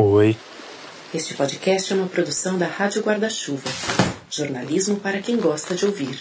Oi. Este podcast é uma produção da Rádio Guarda-Chuva. Jornalismo para quem gosta de ouvir.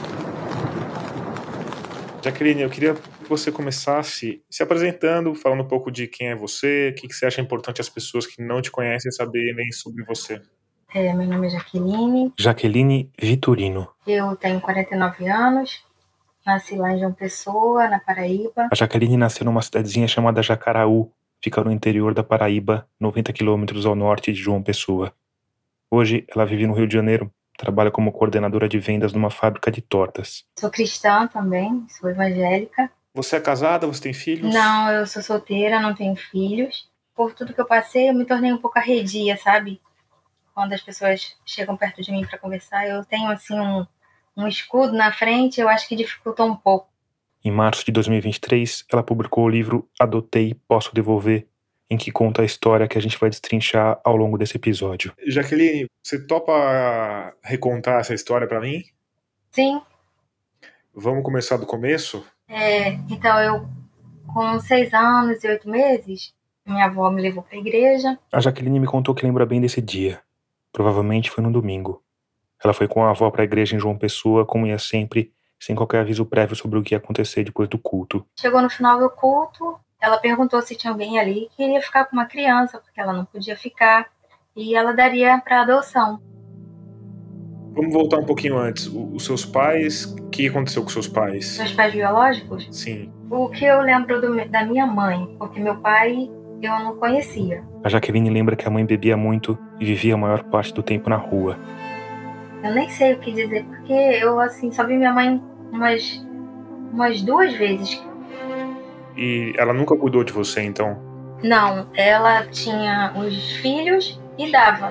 Jaqueline, eu queria que você começasse se apresentando, falando um pouco de quem é você, o que você acha importante as pessoas que não te conhecem saberem sobre você. Meu nome é Jaqueline. Jaqueline Vitorino. Eu tenho 49 anos. Nasci lá em João Pessoa, na Paraíba. A Jaqueline nasceu numa cidadezinha chamada Jacaraú, fica no interior da Paraíba, 90 quilômetros ao norte de João Pessoa. Hoje, ela vive no Rio de Janeiro, trabalha como coordenadora de vendas numa fábrica de tortas. Sou cristã também, sou evangélica. Você é casada? Você tem filhos? Não, eu sou solteira, não tenho filhos. Por tudo que eu passei, eu me tornei um pouco arredia, sabe? Quando as pessoas chegam perto de mim para conversar, eu tenho assim um escudo na frente, eu acho que dificultou um pouco. Em março de 2023, ela publicou o livro Adotei, Posso Devolver, em que conta a história que a gente vai destrinchar ao longo desse episódio. Jaqueline, você topa recontar essa história pra mim? Sim. Vamos começar do começo? Então eu, com 6 anos e 8 meses, minha avó me levou pra igreja. A Jaqueline me contou que lembra bem desse dia. Provavelmente foi no domingo. Ela foi com a avó pra igreja em João Pessoa, como ia sempre, sem qualquer aviso prévio sobre o que ia acontecer depois do culto. Chegou no final do culto, ela perguntou se tinha alguém ali que queria ficar com uma criança, porque ela não podia ficar, e ela daria para adoção. Vamos voltar um pouquinho antes. Os seus pais, o que aconteceu com seus pais? Meus pais biológicos? Sim. O que eu lembro da minha mãe, porque meu pai eu não conhecia. A Jaqueline lembra que a mãe bebia muito e vivia a maior parte do tempo na rua. Eu nem sei o que dizer, porque eu assim só vi minha mãe umas 2 vezes. E ela nunca cuidou de você, então? Não, ela tinha os filhos e dava.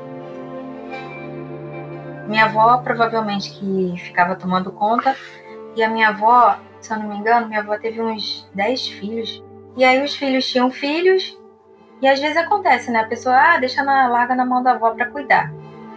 Minha avó provavelmente que ficava tomando conta. E a minha avó, se eu não me engano, minha avó teve uns 10 filhos. E aí os filhos tinham filhos. E às vezes acontece, né? A pessoa larga na mão da avó para cuidar.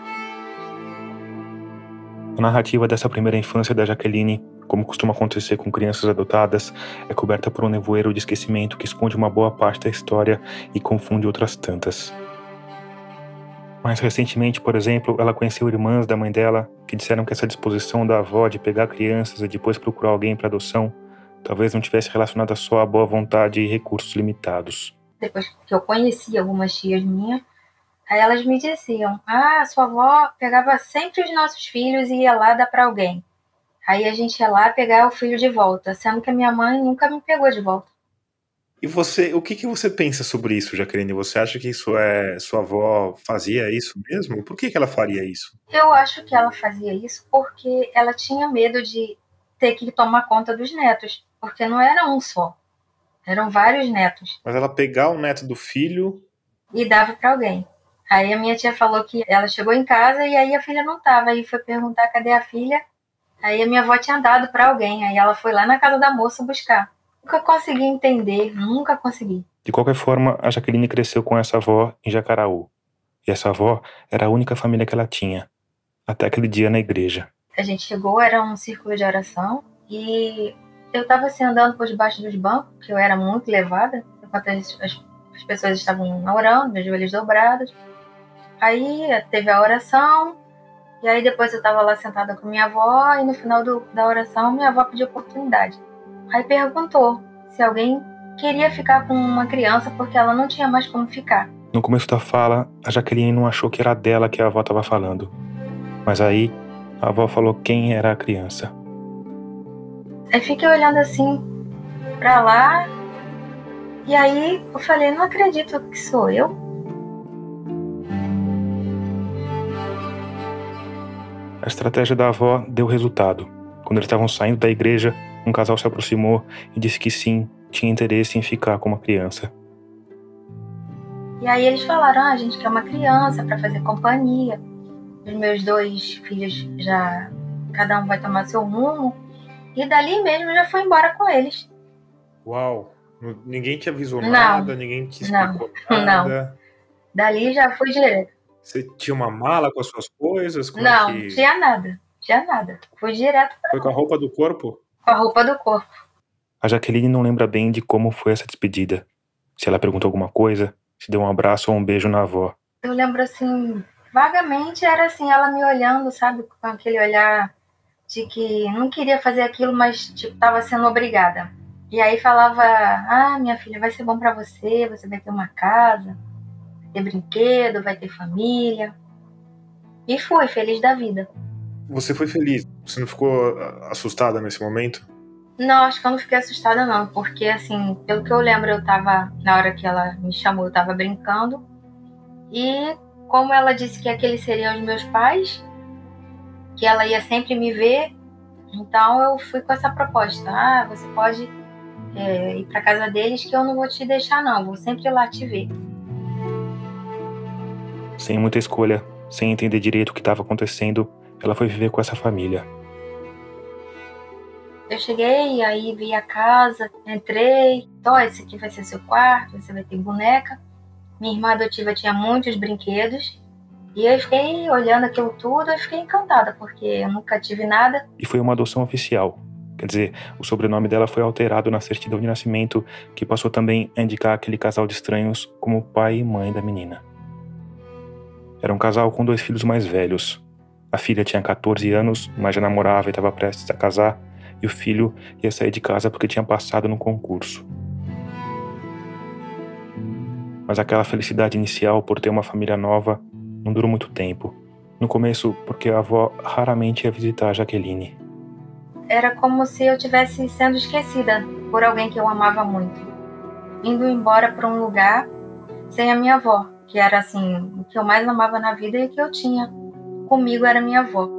A narrativa dessa primeira infância da Jaqueline, como costuma acontecer com crianças adotadas, é coberta por um nevoeiro de esquecimento que esconde uma boa parte da história e confunde outras tantas. Mais recentemente, por exemplo, ela conheceu irmãs da mãe dela que disseram que essa disposição da avó de pegar crianças e depois procurar alguém para adoção talvez não tivesse relacionada só à boa vontade e recursos limitados. Depois que eu conheci algumas tias minhas, aí elas me diziam: sua avó pegava sempre os nossos filhos e ia lá dar para alguém. Aí a gente ia lá pegar o filho de volta, sendo que a minha mãe nunca me pegou de volta. E você, o que você pensa sobre isso, Jaqueline? Você acha que sua avó fazia isso mesmo? Por que ela faria isso? Eu acho que ela fazia isso porque ela tinha medo de ter que tomar conta dos netos, porque não era um só, eram vários netos. Mas ela pegar o neto do filho e dava para alguém. Aí a minha tia falou que ela chegou em casa e aí a filha não estava, aí foi perguntar cadê a filha. Aí a minha avó tinha dado para alguém, aí ela foi lá na casa da moça buscar. Nunca consegui entender, nunca consegui. De qualquer forma, a Jaqueline cresceu com essa avó em Jacaraú. E essa avó era a única família que ela tinha, até aquele dia na igreja. A gente chegou, era um círculo de oração, e eu estava assim andando por debaixo dos bancos, que eu era muito levada, enquanto as pessoas estavam orando, meus joelhos dobrados. Aí teve a oração, e aí depois eu estava lá sentada com minha avó, e no final da oração minha avó pediu oportunidade. Aí perguntou se alguém queria ficar com uma criança porque ela não tinha mais como ficar. No começo da fala, a Jaqueline não achou que era dela que a avó estava falando. Mas aí, a avó falou quem era a criança. Aí fiquei olhando assim pra lá, e aí eu falei, não acredito que sou eu. A estratégia da avó deu resultado. Quando eles estavam saindo da igreja, um casal se aproximou e disse que sim, tinha interesse em ficar com uma criança. E aí eles falaram, a gente quer uma criança para fazer companhia. Os meus 2 filhos já, cada um vai tomar seu rumo. E dali mesmo já foi embora com eles. Uau! Ninguém te avisou Não, nada, ninguém te explicou nada? Não. Dali já fui direto. Você tinha uma mala com as suas coisas? Não, tinha nada. Fui direto. Foi com a roupa do corpo? Com a roupa do corpo. A Jaqueline não lembra bem de como foi essa despedida. Se ela perguntou alguma coisa, Se deu um abraço ou um beijo na avó. Eu lembro assim, vagamente era assim, ela me olhando, sabe, com aquele olhar de que não queria fazer aquilo, mas tipo, estava sendo obrigada. E aí falava, minha filha, vai ser bom para você, você vai ter uma casa, vai ter brinquedo, vai ter família. E fui, feliz da vida. Você foi feliz? Você não ficou assustada nesse momento? Não, acho que eu não fiquei assustada não, porque assim, pelo que eu lembro, eu tava, na hora que ela me chamou, eu tava brincando. E como ela disse que aqueles seriam os meus pais, que ela ia sempre me ver, então eu fui com essa proposta. Você pode ir pra casa deles que eu não vou te deixar não, vou sempre ir lá te ver. Sem muita escolha, sem entender direito o que estava acontecendo, ela foi viver com essa família. Eu cheguei, aí vi a casa, entrei, esse aqui vai ser seu quarto, você vai ter boneca. Minha irmã adotiva tinha muitos brinquedos, e eu fiquei olhando aquilo tudo, eu fiquei encantada, porque eu nunca tive nada. E foi uma adoção oficial. Quer dizer, o sobrenome dela foi alterado na certidão de nascimento, que passou também a indicar aquele casal de estranhos como pai e mãe da menina. Era um casal com 2 filhos mais velhos. A filha tinha 14 anos, mas já namorava e estava prestes a casar, e o filho ia sair de casa porque tinha passado no concurso. Mas aquela felicidade inicial por ter uma família nova não durou muito tempo. No começo, porque a avó raramente ia visitar a Jaqueline. Era como se eu estivesse sendo esquecida por alguém que eu amava muito. Indo embora para um lugar sem a minha avó, que era assim, o que eu mais amava na vida e o que eu tinha comigo era minha avó.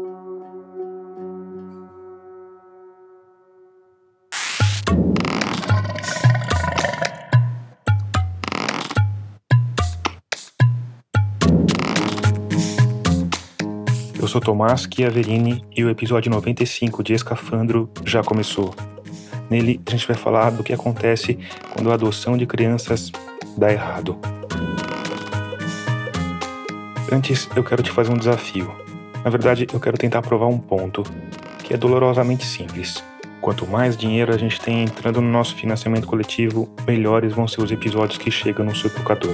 Eu sou Tomás Chiaverini e o episódio 95 de Escafandro já começou. Nele, a gente vai falar do que acontece quando a adoção de crianças dá errado. Antes, eu quero te fazer um desafio. Na verdade, eu quero tentar provar um ponto, que é dolorosamente simples. Quanto mais dinheiro a gente tem entrando no nosso financiamento coletivo, melhores vão ser os episódios que chegam no seu tocador.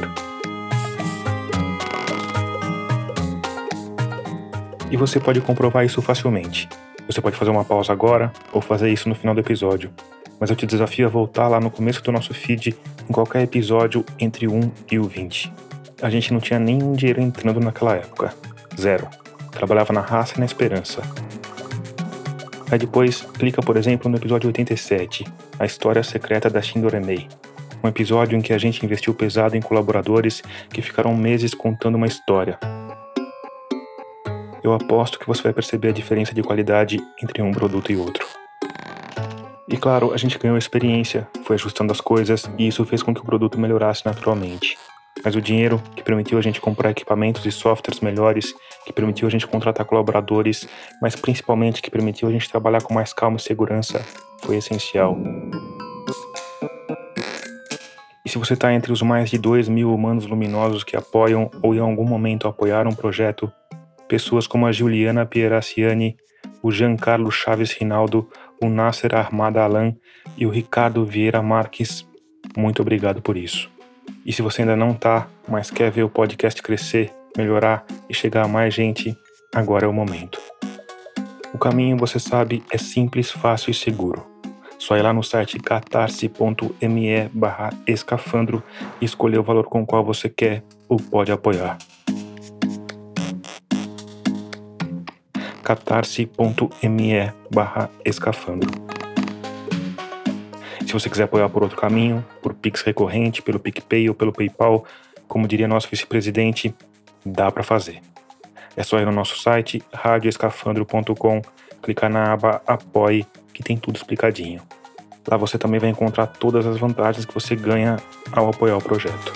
E você pode comprovar isso facilmente. Você pode fazer uma pausa agora ou fazer isso no final do episódio. Mas eu te desafio a voltar lá no começo do nosso feed em qualquer episódio entre o 1 e o 20. A gente não tinha nenhum dinheiro entrando naquela época. 0. Trabalhava na raça e na esperança. Aí depois, clica por exemplo no episódio 87, A História Secreta da Shindoremei. Um episódio em que a gente investiu pesado em colaboradores que ficaram meses contando uma história. Eu aposto que você vai perceber a diferença de qualidade entre um produto e outro. E claro, a gente ganhou experiência, foi ajustando as coisas e isso fez com que o produto melhorasse naturalmente. Mas o dinheiro que permitiu a gente comprar equipamentos e softwares melhores, que permitiu a gente contratar colaboradores, mas principalmente que permitiu a gente trabalhar com mais calma e segurança, foi essencial. E se você está entre os mais de 2.000 humanos luminosos que apoiam ou em algum momento apoiaram um projeto, pessoas como a Juliana Pieraciani, o Giancarlo Chaves Rinaldo, o Nasser Ahmad Alan e o Ricardo Vieira Marques, muito obrigado por isso. E se você ainda não tá, mas quer ver o podcast crescer, melhorar e chegar a mais gente, agora é o momento. O caminho, você sabe, é simples, fácil e seguro. Só ir lá no site catarse.me/escafandro e escolher o valor com o qual você quer ou pode apoiar. catarse.me/escafandro. Se você quiser apoiar por outro caminho, por Pix recorrente, pelo PicPay ou pelo PayPal, como diria nosso vice-presidente, dá para fazer. É só ir no nosso site, radioescafandro.com, clicar na aba Apoie, que tem tudo explicadinho. Lá você também vai encontrar todas as vantagens que você ganha ao apoiar o projeto.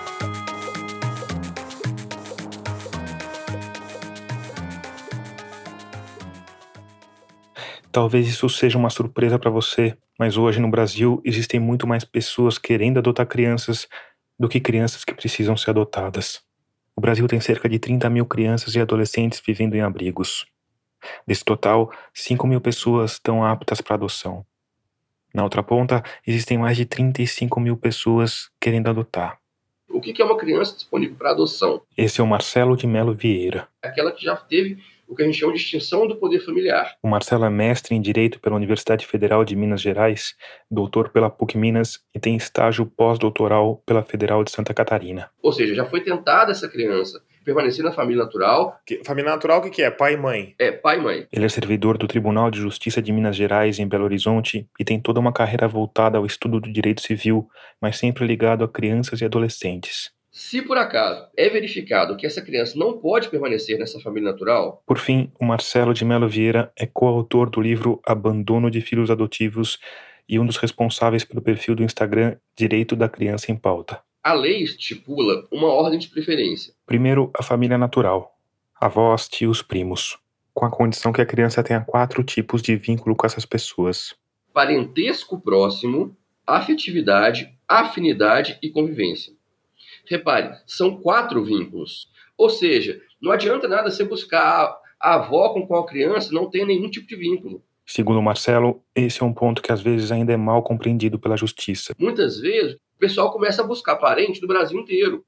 Talvez isso seja uma surpresa para você, mas hoje no Brasil existem muito mais pessoas querendo adotar crianças do que crianças que precisam ser adotadas. O Brasil tem cerca de 30.000 crianças e adolescentes vivendo em abrigos. Desse total, 5.000 pessoas estão aptas para adoção. Na outra ponta, existem mais de 35.000 pessoas querendo adotar. O que é uma criança disponível para adoção? Esse é o Marcelo de Melo Vieira. Aquela que já teve o que a gente chama de extinção do poder familiar. O Marcelo é mestre em Direito pela Universidade Federal de Minas Gerais, doutor pela PUC Minas e tem estágio pós-doutoral pela Federal de Santa Catarina. Ou seja, já foi tentada essa criança permanecer na família natural. Família natural, o que é? Pai e mãe? É, pai e mãe. Ele é servidor do Tribunal de Justiça de Minas Gerais, em Belo Horizonte, e tem toda uma carreira voltada ao estudo do direito civil, mas sempre ligado a crianças e adolescentes. Se por acaso é verificado que essa criança não pode permanecer nessa família natural... Por fim, o Marcelo de Melo Vieira é coautor do livro Abandono de Filhos Adotivos e um dos responsáveis pelo perfil do Instagram Direito da Criança em Pauta. A lei estipula uma ordem de preferência. Primeiro, a família natural. Avós, tios, primos. Com a condição que a criança tenha 4 tipos de vínculo com essas pessoas. Parentesco próximo, afetividade, afinidade e convivência. Repare, são 4 vínculos. Ou seja, não adianta nada você buscar a avó com qual a criança não tem nenhum tipo de vínculo. Segundo Marcelo, esse é um ponto que às vezes ainda é mal compreendido pela justiça. Muitas vezes, o pessoal começa a buscar parente do Brasil inteiro.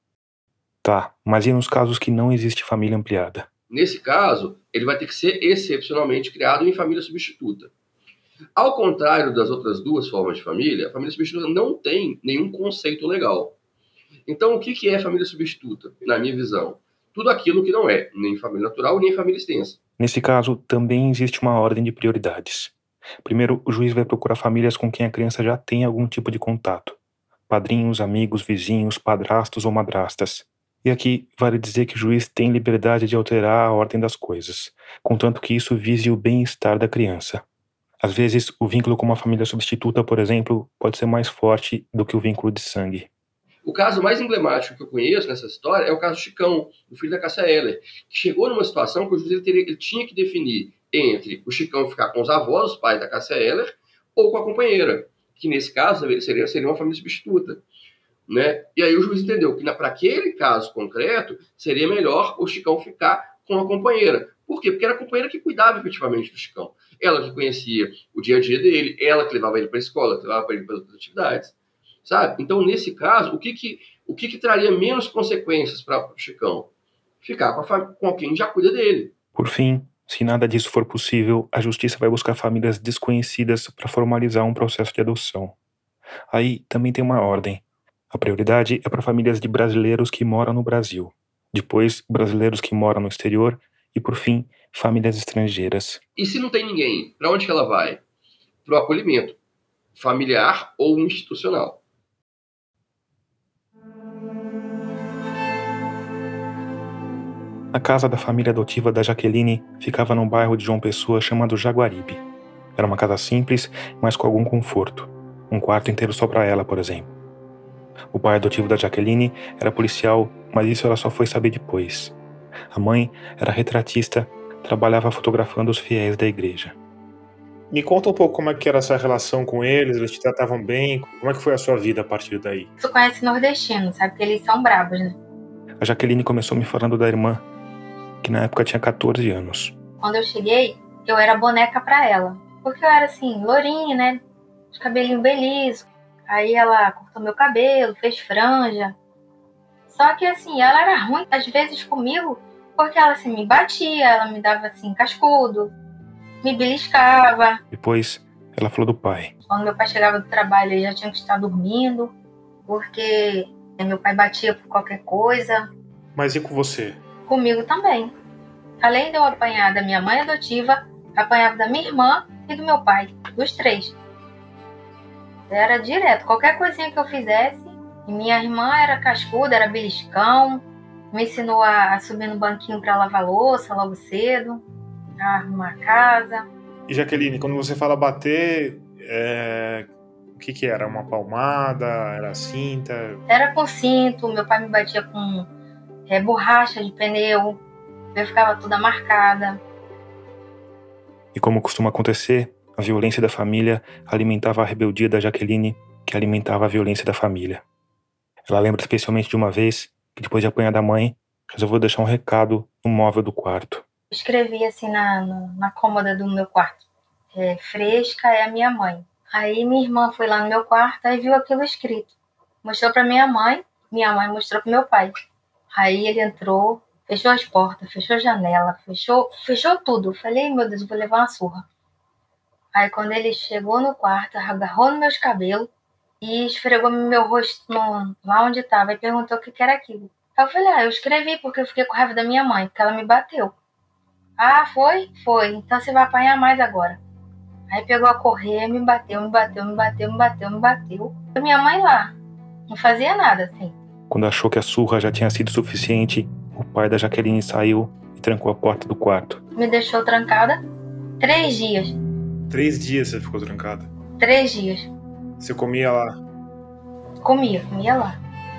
Tá, mas e nos casos que não existe família ampliada? Nesse caso, ele vai ter que ser excepcionalmente criado em família substituta. Ao contrário das outras 2 formas de família, a família substituta não tem nenhum conceito legal. Então, o que é família substituta, na minha visão? Tudo aquilo que não é nem família natural, nem família extensa. Nesse caso, também existe uma ordem de prioridades. Primeiro, o juiz vai procurar famílias com quem a criança já tem algum tipo de contato. Padrinhos, amigos, vizinhos, padrastos ou madrastas. E aqui vale dizer que o juiz tem liberdade de alterar a ordem das coisas, contanto que isso vise o bem-estar da criança. Às vezes, o vínculo com uma família substituta, por exemplo, pode ser mais forte do que o vínculo de sangue. O caso mais emblemático que eu conheço nessa história é o caso Chicão, o filho da Cássia Eller, que chegou numa situação que o juiz ele tinha que definir entre o Chicão ficar com os avós, os pais da Cássia Eller, ou com a companheira, que nesse caso seria uma família substituta. Né? E aí o juiz entendeu que para aquele caso concreto seria melhor o Chicão ficar com a companheira. Por quê? Porque era a companheira que cuidava efetivamente do Chicão. Ela que conhecia o dia a dia dele, ela que levava ele para a escola, que levava ele para as outras atividades. Sabe? Então, nesse caso, o que traria menos consequências para o Chicão? Ficar com quem já cuida dele. Por fim, se nada disso for possível, a justiça vai buscar famílias desconhecidas para formalizar um processo de adoção. Aí também tem uma ordem. A prioridade é para famílias de brasileiros que moram no Brasil. Depois, brasileiros que moram no exterior. E, por fim, famílias estrangeiras. E se não tem ninguém, para onde que ela vai? Para o acolhimento familiar ou institucional. A casa da família adotiva da Jaqueline ficava num bairro de João Pessoa chamado Jaguaribe. Era uma casa simples, mas com algum conforto. Um quarto inteiro só para ela, por exemplo. O pai adotivo da Jaqueline era policial, mas isso ela só foi saber depois. A mãe era retratista, trabalhava fotografando os fiéis da igreja. Me conta um pouco como é que era essa relação com eles te tratavam bem? Como é que foi a sua vida a partir daí? Tu conhece nordestino, sabe que eles são brabos, né? A Jaqueline começou me falando da irmã, que na época tinha 14 anos. Quando eu cheguei, eu era boneca pra ela. Porque eu era assim, lourinha, né? De cabelinho bem liso. Aí ela cortou meu cabelo, fez franja. Só que assim, ela era ruim às vezes comigo, porque ela assim me batia, ela me dava assim cascudo, me beliscava. Depois, ela falou do pai. Quando meu pai chegava do trabalho, ele já tinha que estar dormindo, porque meu pai batia por qualquer coisa. Mas e com você? Comigo também. Além de eu apanhar da minha mãe adotiva, apanhava da minha irmã e do meu pai, dos 3. Era direto, qualquer coisinha que eu fizesse. E minha irmã era cascuda, era beliscão, me ensinou a subir no banquinho para lavar louça logo cedo, a arrumar a casa. E Jaqueline, quando você fala bater, o que era? Uma palmada? Era cinta? Era com cinto, meu pai me batia com borracha de pneu, eu ficava toda marcada. E como costuma acontecer, a violência da família alimentava a rebeldia da Jaqueline, que alimentava a violência da família. Ela lembra especialmente de uma vez que, depois de apanhar da mãe, resolveu deixar um recado no móvel do quarto. Escrevi assim na cômoda do meu quarto: Fresca é a minha mãe. Aí minha irmã foi lá no meu quarto e viu aquilo escrito. Mostrou pra minha mãe minha mãe mostrou pro meu pai. Aí ele entrou, fechou as portas, fechou a janela, fechou tudo. Eu falei, meu Deus, eu vou levar uma surra. Aí quando ele chegou no quarto, agarrou nos meus cabelos e esfregou meu rosto lá onde estava e perguntou o que era aquilo. Aí eu falei, eu escrevi porque eu fiquei com raiva da minha mãe, porque ela me bateu. Ah, foi? Foi. Então você vai apanhar mais agora. Aí pegou a correia, me bateu. E minha mãe lá, não fazia nada, assim. Quando achou que a surra já tinha sido suficiente, o pai da Jaqueline saiu e trancou a porta do quarto. Me deixou trancada 3 dias. 3 dias você ficou trancada? 3 dias. Você comia lá? Comia lá.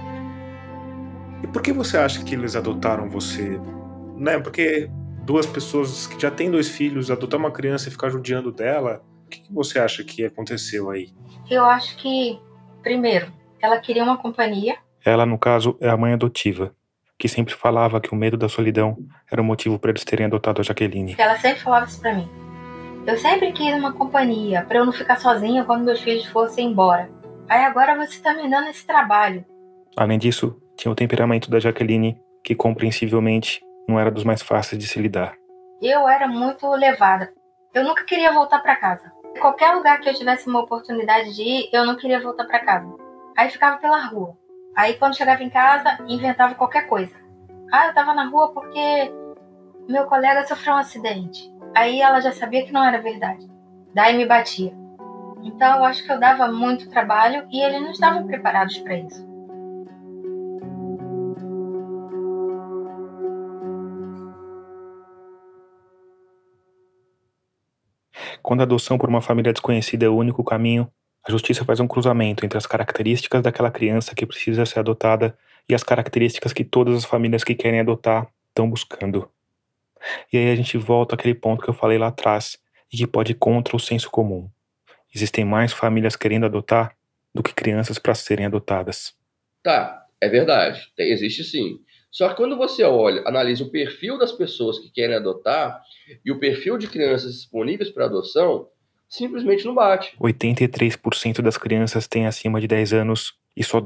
E por que você acha que eles adotaram você? Né? Porque 2 pessoas que já têm 2 filhos, adotar uma criança e ficar judiando dela, o que você acha que aconteceu aí? Eu acho que, primeiro, ela queria uma companhia. Ela, no caso, é a mãe adotiva, que sempre falava que o medo da solidão era o motivo para eles terem adotado a Jaqueline. Ela sempre falava isso pra mim. Eu sempre quis uma companhia, pra eu não ficar sozinha quando meus filhos fossem embora. Aí agora você tá me dando esse trabalho. Além disso, tinha o temperamento da Jaqueline, que compreensivelmente não era dos mais fáceis de se lidar. Eu era muito levada. Eu nunca queria voltar pra casa. Qualquer lugar que eu tivesse uma oportunidade de ir, eu não queria voltar pra casa. Aí ficava pela rua. Aí quando chegava em casa, inventava qualquer coisa. Eu tava na rua porque meu colega sofreu um acidente. Aí ela já sabia que não era verdade. Daí me batia. Então eu acho que eu dava muito trabalho e eles não estavam preparados para isso. Quando a adoção por uma família desconhecida é o único caminho, a justiça faz um cruzamento entre as características daquela criança que precisa ser adotada e as características que todas as famílias que querem adotar estão buscando. E aí a gente volta àquele ponto que eu falei lá atrás e que pode ir contra o senso comum. Existem mais famílias querendo adotar do que crianças para serem adotadas. Tá, é verdade. Existe sim. Só que quando você analisa o perfil das pessoas que querem adotar e o perfil de crianças disponíveis para adoção, simplesmente não bate. 83% das crianças têm acima de 10 anos e só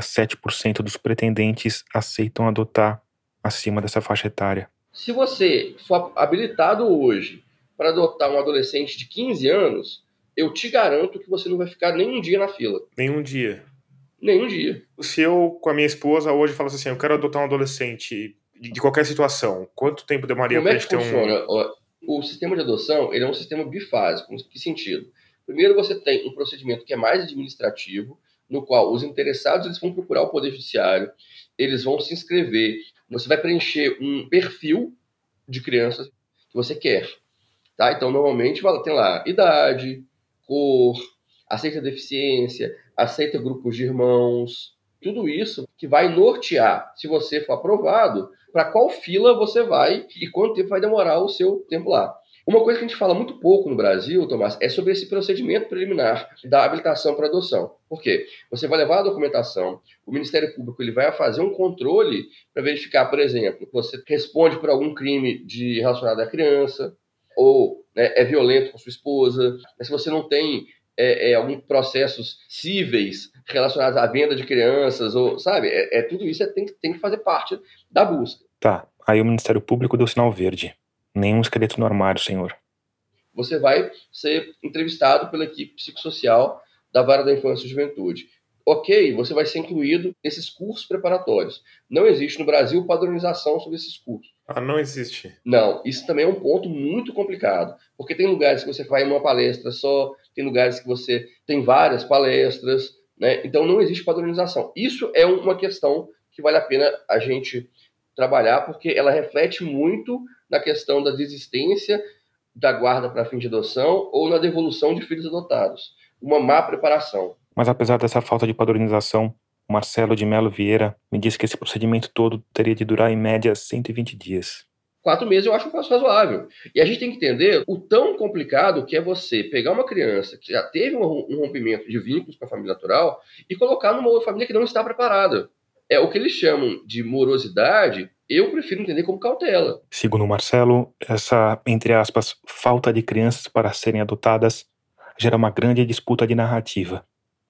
2,7% dos pretendentes aceitam adotar acima dessa faixa etária. Se você for habilitado hoje para adotar um adolescente de 15 anos, eu te garanto que você não vai ficar nem um dia na fila. Nenhum dia? Nenhum dia. Se eu, com a minha esposa, hoje falasse assim, eu quero adotar um adolescente de qualquer situação, quanto tempo demoraria Como pra é que gente ter funciona? O sistema de adoção ele é um sistema bifásico. Em que sentido? Primeiro você tem um procedimento que é mais administrativo, no qual os interessados eles vão procurar o Poder Judiciário, eles vão se inscrever, você vai preencher um perfil de crianças que você quer. Tá? Então, normalmente, tem lá idade, cor, aceita deficiência, aceita grupos de irmãos, tudo isso que vai nortear, se você for aprovado, para qual fila você vai e quanto tempo vai demorar o seu tempo lá. Uma coisa que a gente fala muito pouco no Brasil, Tomás, é sobre esse procedimento preliminar da habilitação para adoção. Por quê? Você vai levar a documentação, o Ministério Público ele vai fazer um controle para verificar, por exemplo, você responde por algum crime relacionado à criança, ou é violento com sua esposa, se você não tem alguns processos cíveis relacionados à venda de crianças, ou sabe? Tudo isso tem que fazer parte da busca. Tá, aí o Ministério Público deu sinal verde. Nenhum esqueleto no armário, senhor. Você vai ser entrevistado pela equipe psicossocial da Vara da Infância e Juventude. Ok, você vai ser incluído nesses cursos preparatórios. Não existe no Brasil padronização sobre esses cursos. Não existe? Não, isso também é um ponto muito complicado, porque tem lugares que você vai em uma palestra só, tem lugares que você tem várias palestras, né? Então não existe padronização. Isso é uma questão que vale a pena a gente trabalhar, porque ela reflete muito na questão da desistência da guarda para fim de adoção ou na devolução de filhos adotados. Uma má preparação. Mas apesar dessa falta de padronização, o Marcelo de Melo Vieira me disse que esse procedimento todo teria de durar em média 120 dias. 4 meses eu acho um prazo razoável. E a gente tem que entender o tão complicado que é você pegar uma criança que já teve um rompimento de vínculos com a família natural e colocar numa outra família que não está preparada. É o que eles chamam de morosidade, eu prefiro entender como cautela. Segundo o Marcelo, essa, entre aspas, falta de crianças para serem adotadas gera uma grande disputa de narrativa.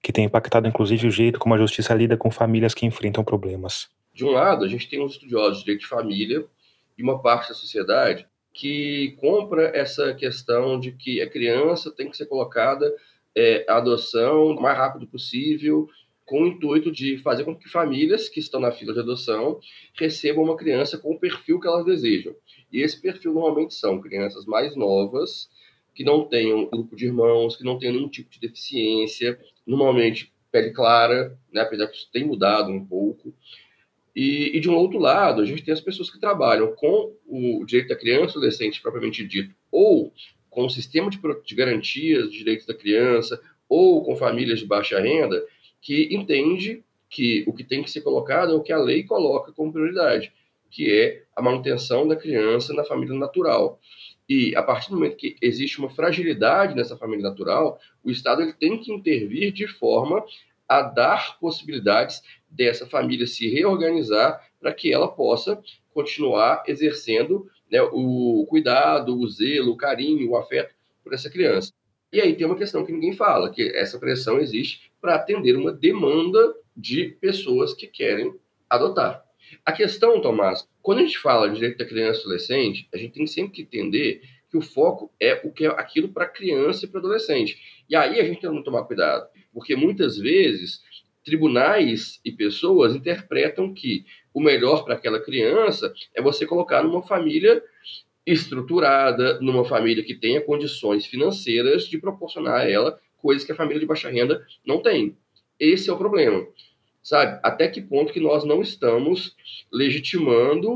que tem impactado inclusive o jeito como a justiça lida com famílias que enfrentam problemas. De um lado, a gente tem os estudiosos de direito de família e uma parte da sociedade que compra essa questão de que a criança tem que ser colocada à adoção o mais rápido possível, com o intuito de fazer com que famílias que estão na fila de adoção recebam uma criança com o perfil que elas desejam. E esse perfil normalmente são crianças mais novas, que não tenham um grupo de irmãos, que não tenham nenhum tipo de deficiência, normalmente pele clara, né, apesar que isso tem mudado um pouco. E de um outro lado, a gente tem as pessoas que trabalham com o direito da criança e adolescente propriamente dito, ou com o sistema de garantias de direitos da criança, ou com famílias de baixa renda, que entende que o que tem que ser colocado é o que a lei coloca como prioridade, que é a manutenção da criança na família natural. E a partir do momento que existe uma fragilidade nessa família natural, o Estado ele tem que intervir de forma a dar possibilidades dessa família se reorganizar para que ela possa continuar exercendo, né, o cuidado, o zelo, o carinho, o afeto por essa criança. E aí tem uma questão que ninguém fala, que essa pressão existe para atender uma demanda de pessoas que querem adotar. A questão, Tomás, quando a gente fala de direito da criança e adolescente, a gente tem sempre que entender que o foco é o que é aquilo para criança e para adolescente. E aí a gente tem que tomar cuidado, porque muitas vezes tribunais e pessoas interpretam que o melhor para aquela criança é você colocar numa família estruturada, numa família que tenha condições financeiras de proporcionar a ela coisas que a família de baixa renda não tem. Esse é o problema, sabe? Até que ponto que nós não estamos legitimando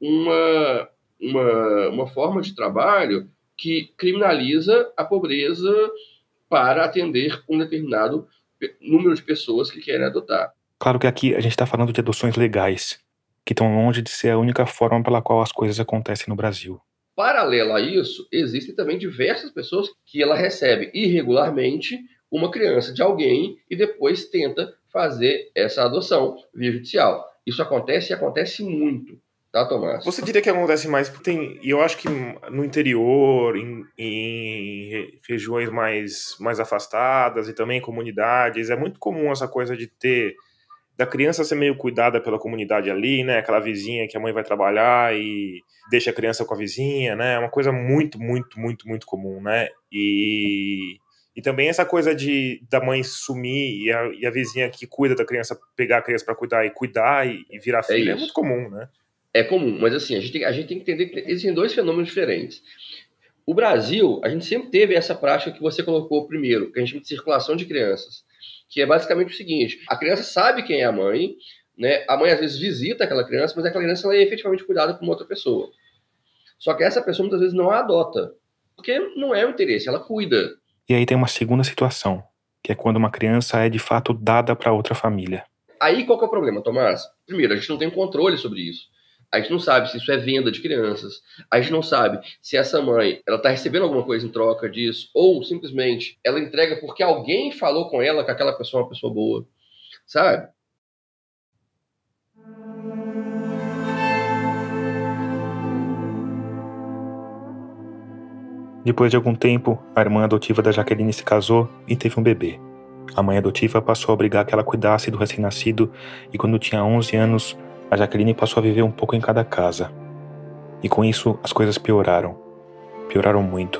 uma forma de trabalho que criminaliza a pobreza para atender um determinado número de pessoas que querem adotar. Claro que aqui a gente está falando de adoções legais, que estão longe de ser a única forma pela qual as coisas acontecem no Brasil. Paralelo a isso, existem também diversas pessoas que ela recebe irregularmente uma criança de alguém e depois tenta fazer essa adoção via judicial. Isso acontece e acontece muito, tá, Tomás? Você diria que acontece mais porque eu acho que no interior, em regiões mais afastadas e também em comunidades, é muito comum essa coisa de da criança ser meio cuidada pela comunidade ali, né? Aquela vizinha que a mãe vai trabalhar e deixa a criança com a vizinha, né? É uma coisa muito, muito, muito, muito comum, né? E também essa coisa da mãe sumir e a vizinha que cuida da criança pegar a criança para cuidar e virar filha é muito comum, né? É comum, mas assim, a gente tem que entender que existem dois fenômenos diferentes. O Brasil, a gente sempre teve essa prática que você colocou primeiro, que a gente chama de circulação de crianças, que é basicamente o seguinte: a criança sabe quem é a mãe, né? A mãe às vezes visita aquela criança, mas aquela criança ela é efetivamente cuidada por uma outra pessoa. Só que essa pessoa muitas vezes não a adota, porque não é o interesse, ela cuida. E aí tem uma segunda situação, que é quando uma criança é de fato dada para outra família. Aí qual que é o problema, Tomás? Primeiro, a gente não tem controle sobre isso. A gente não sabe se isso é venda de crianças. A gente não sabe se essa mãe ela está recebendo alguma coisa em troca disso, ou simplesmente ela entrega porque alguém falou com ela que aquela pessoa é uma pessoa boa, sabe? Depois de algum tempo, a irmã adotiva da Jaqueline se casou e teve um bebê. A mãe adotiva passou a obrigar que ela cuidasse do recém-nascido e quando tinha 11 anos, a Jaqueline passou a viver um pouco em cada casa. E com isso, as coisas pioraram. Pioraram muito.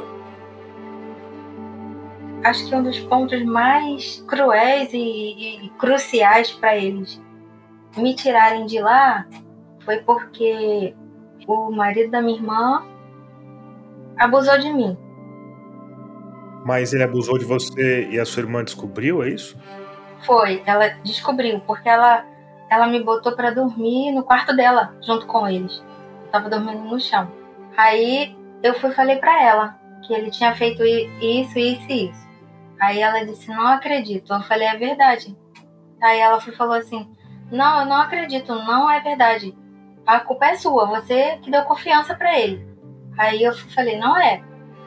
Acho que um dos pontos mais cruéis e cruciais para eles me tirarem de lá foi porque o marido da minha irmã abusou de mim. Mas ele abusou de você e a sua irmã descobriu, é isso? Foi, ela descobriu, porque ela me botou para dormir no quarto dela, junto com eles. Eu tava dormindo no chão. Aí eu falei para ela que ele tinha feito isso, isso e isso. Aí ela disse, não acredito. Eu falei, é verdade. Aí ela falou assim, não, eu não acredito, não é verdade. A culpa é sua, você que deu confiança para ele. Aí eu falei, não é.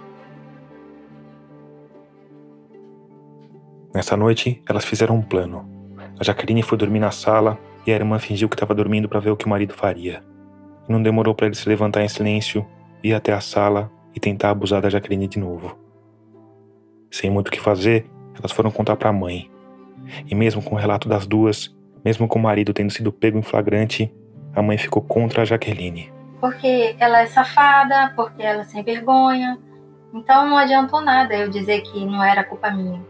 Nessa noite, elas fizeram um plano. A Jaqueline foi dormir na sala e a irmã fingiu que estava dormindo para ver o que o marido faria. E não demorou para ele se levantar em silêncio, ir até a sala e tentar abusar da Jaqueline de novo. Sem muito o que fazer, elas foram contar para a mãe. E mesmo com o relato das duas, mesmo com o marido tendo sido pego em flagrante, a mãe ficou contra a Jaqueline. Porque ela é safada, porque ela é sem vergonha. Então não adiantou nada eu dizer que não era culpa minha.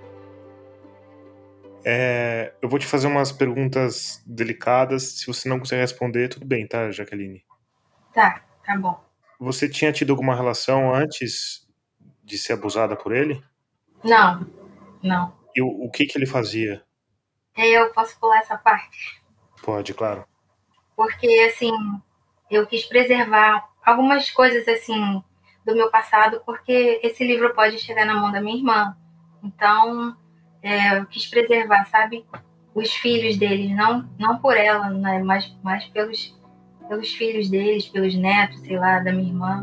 Eu vou te fazer umas perguntas delicadas. Se você não quiser responder, tudo bem, tá, Jaqueline? Tá bom. Você tinha tido alguma relação antes de ser abusada por ele? Não. E o que ele fazia? Eu posso pular essa parte? Pode, claro. Porque, assim, eu quis preservar algumas coisas, assim, do meu passado, porque esse livro pode chegar na mão da minha irmã. Então, eu quis preservar, sabe? Os filhos deles, não por ela, né? Mas pelos filhos deles, pelos netos, sei lá, da minha irmã.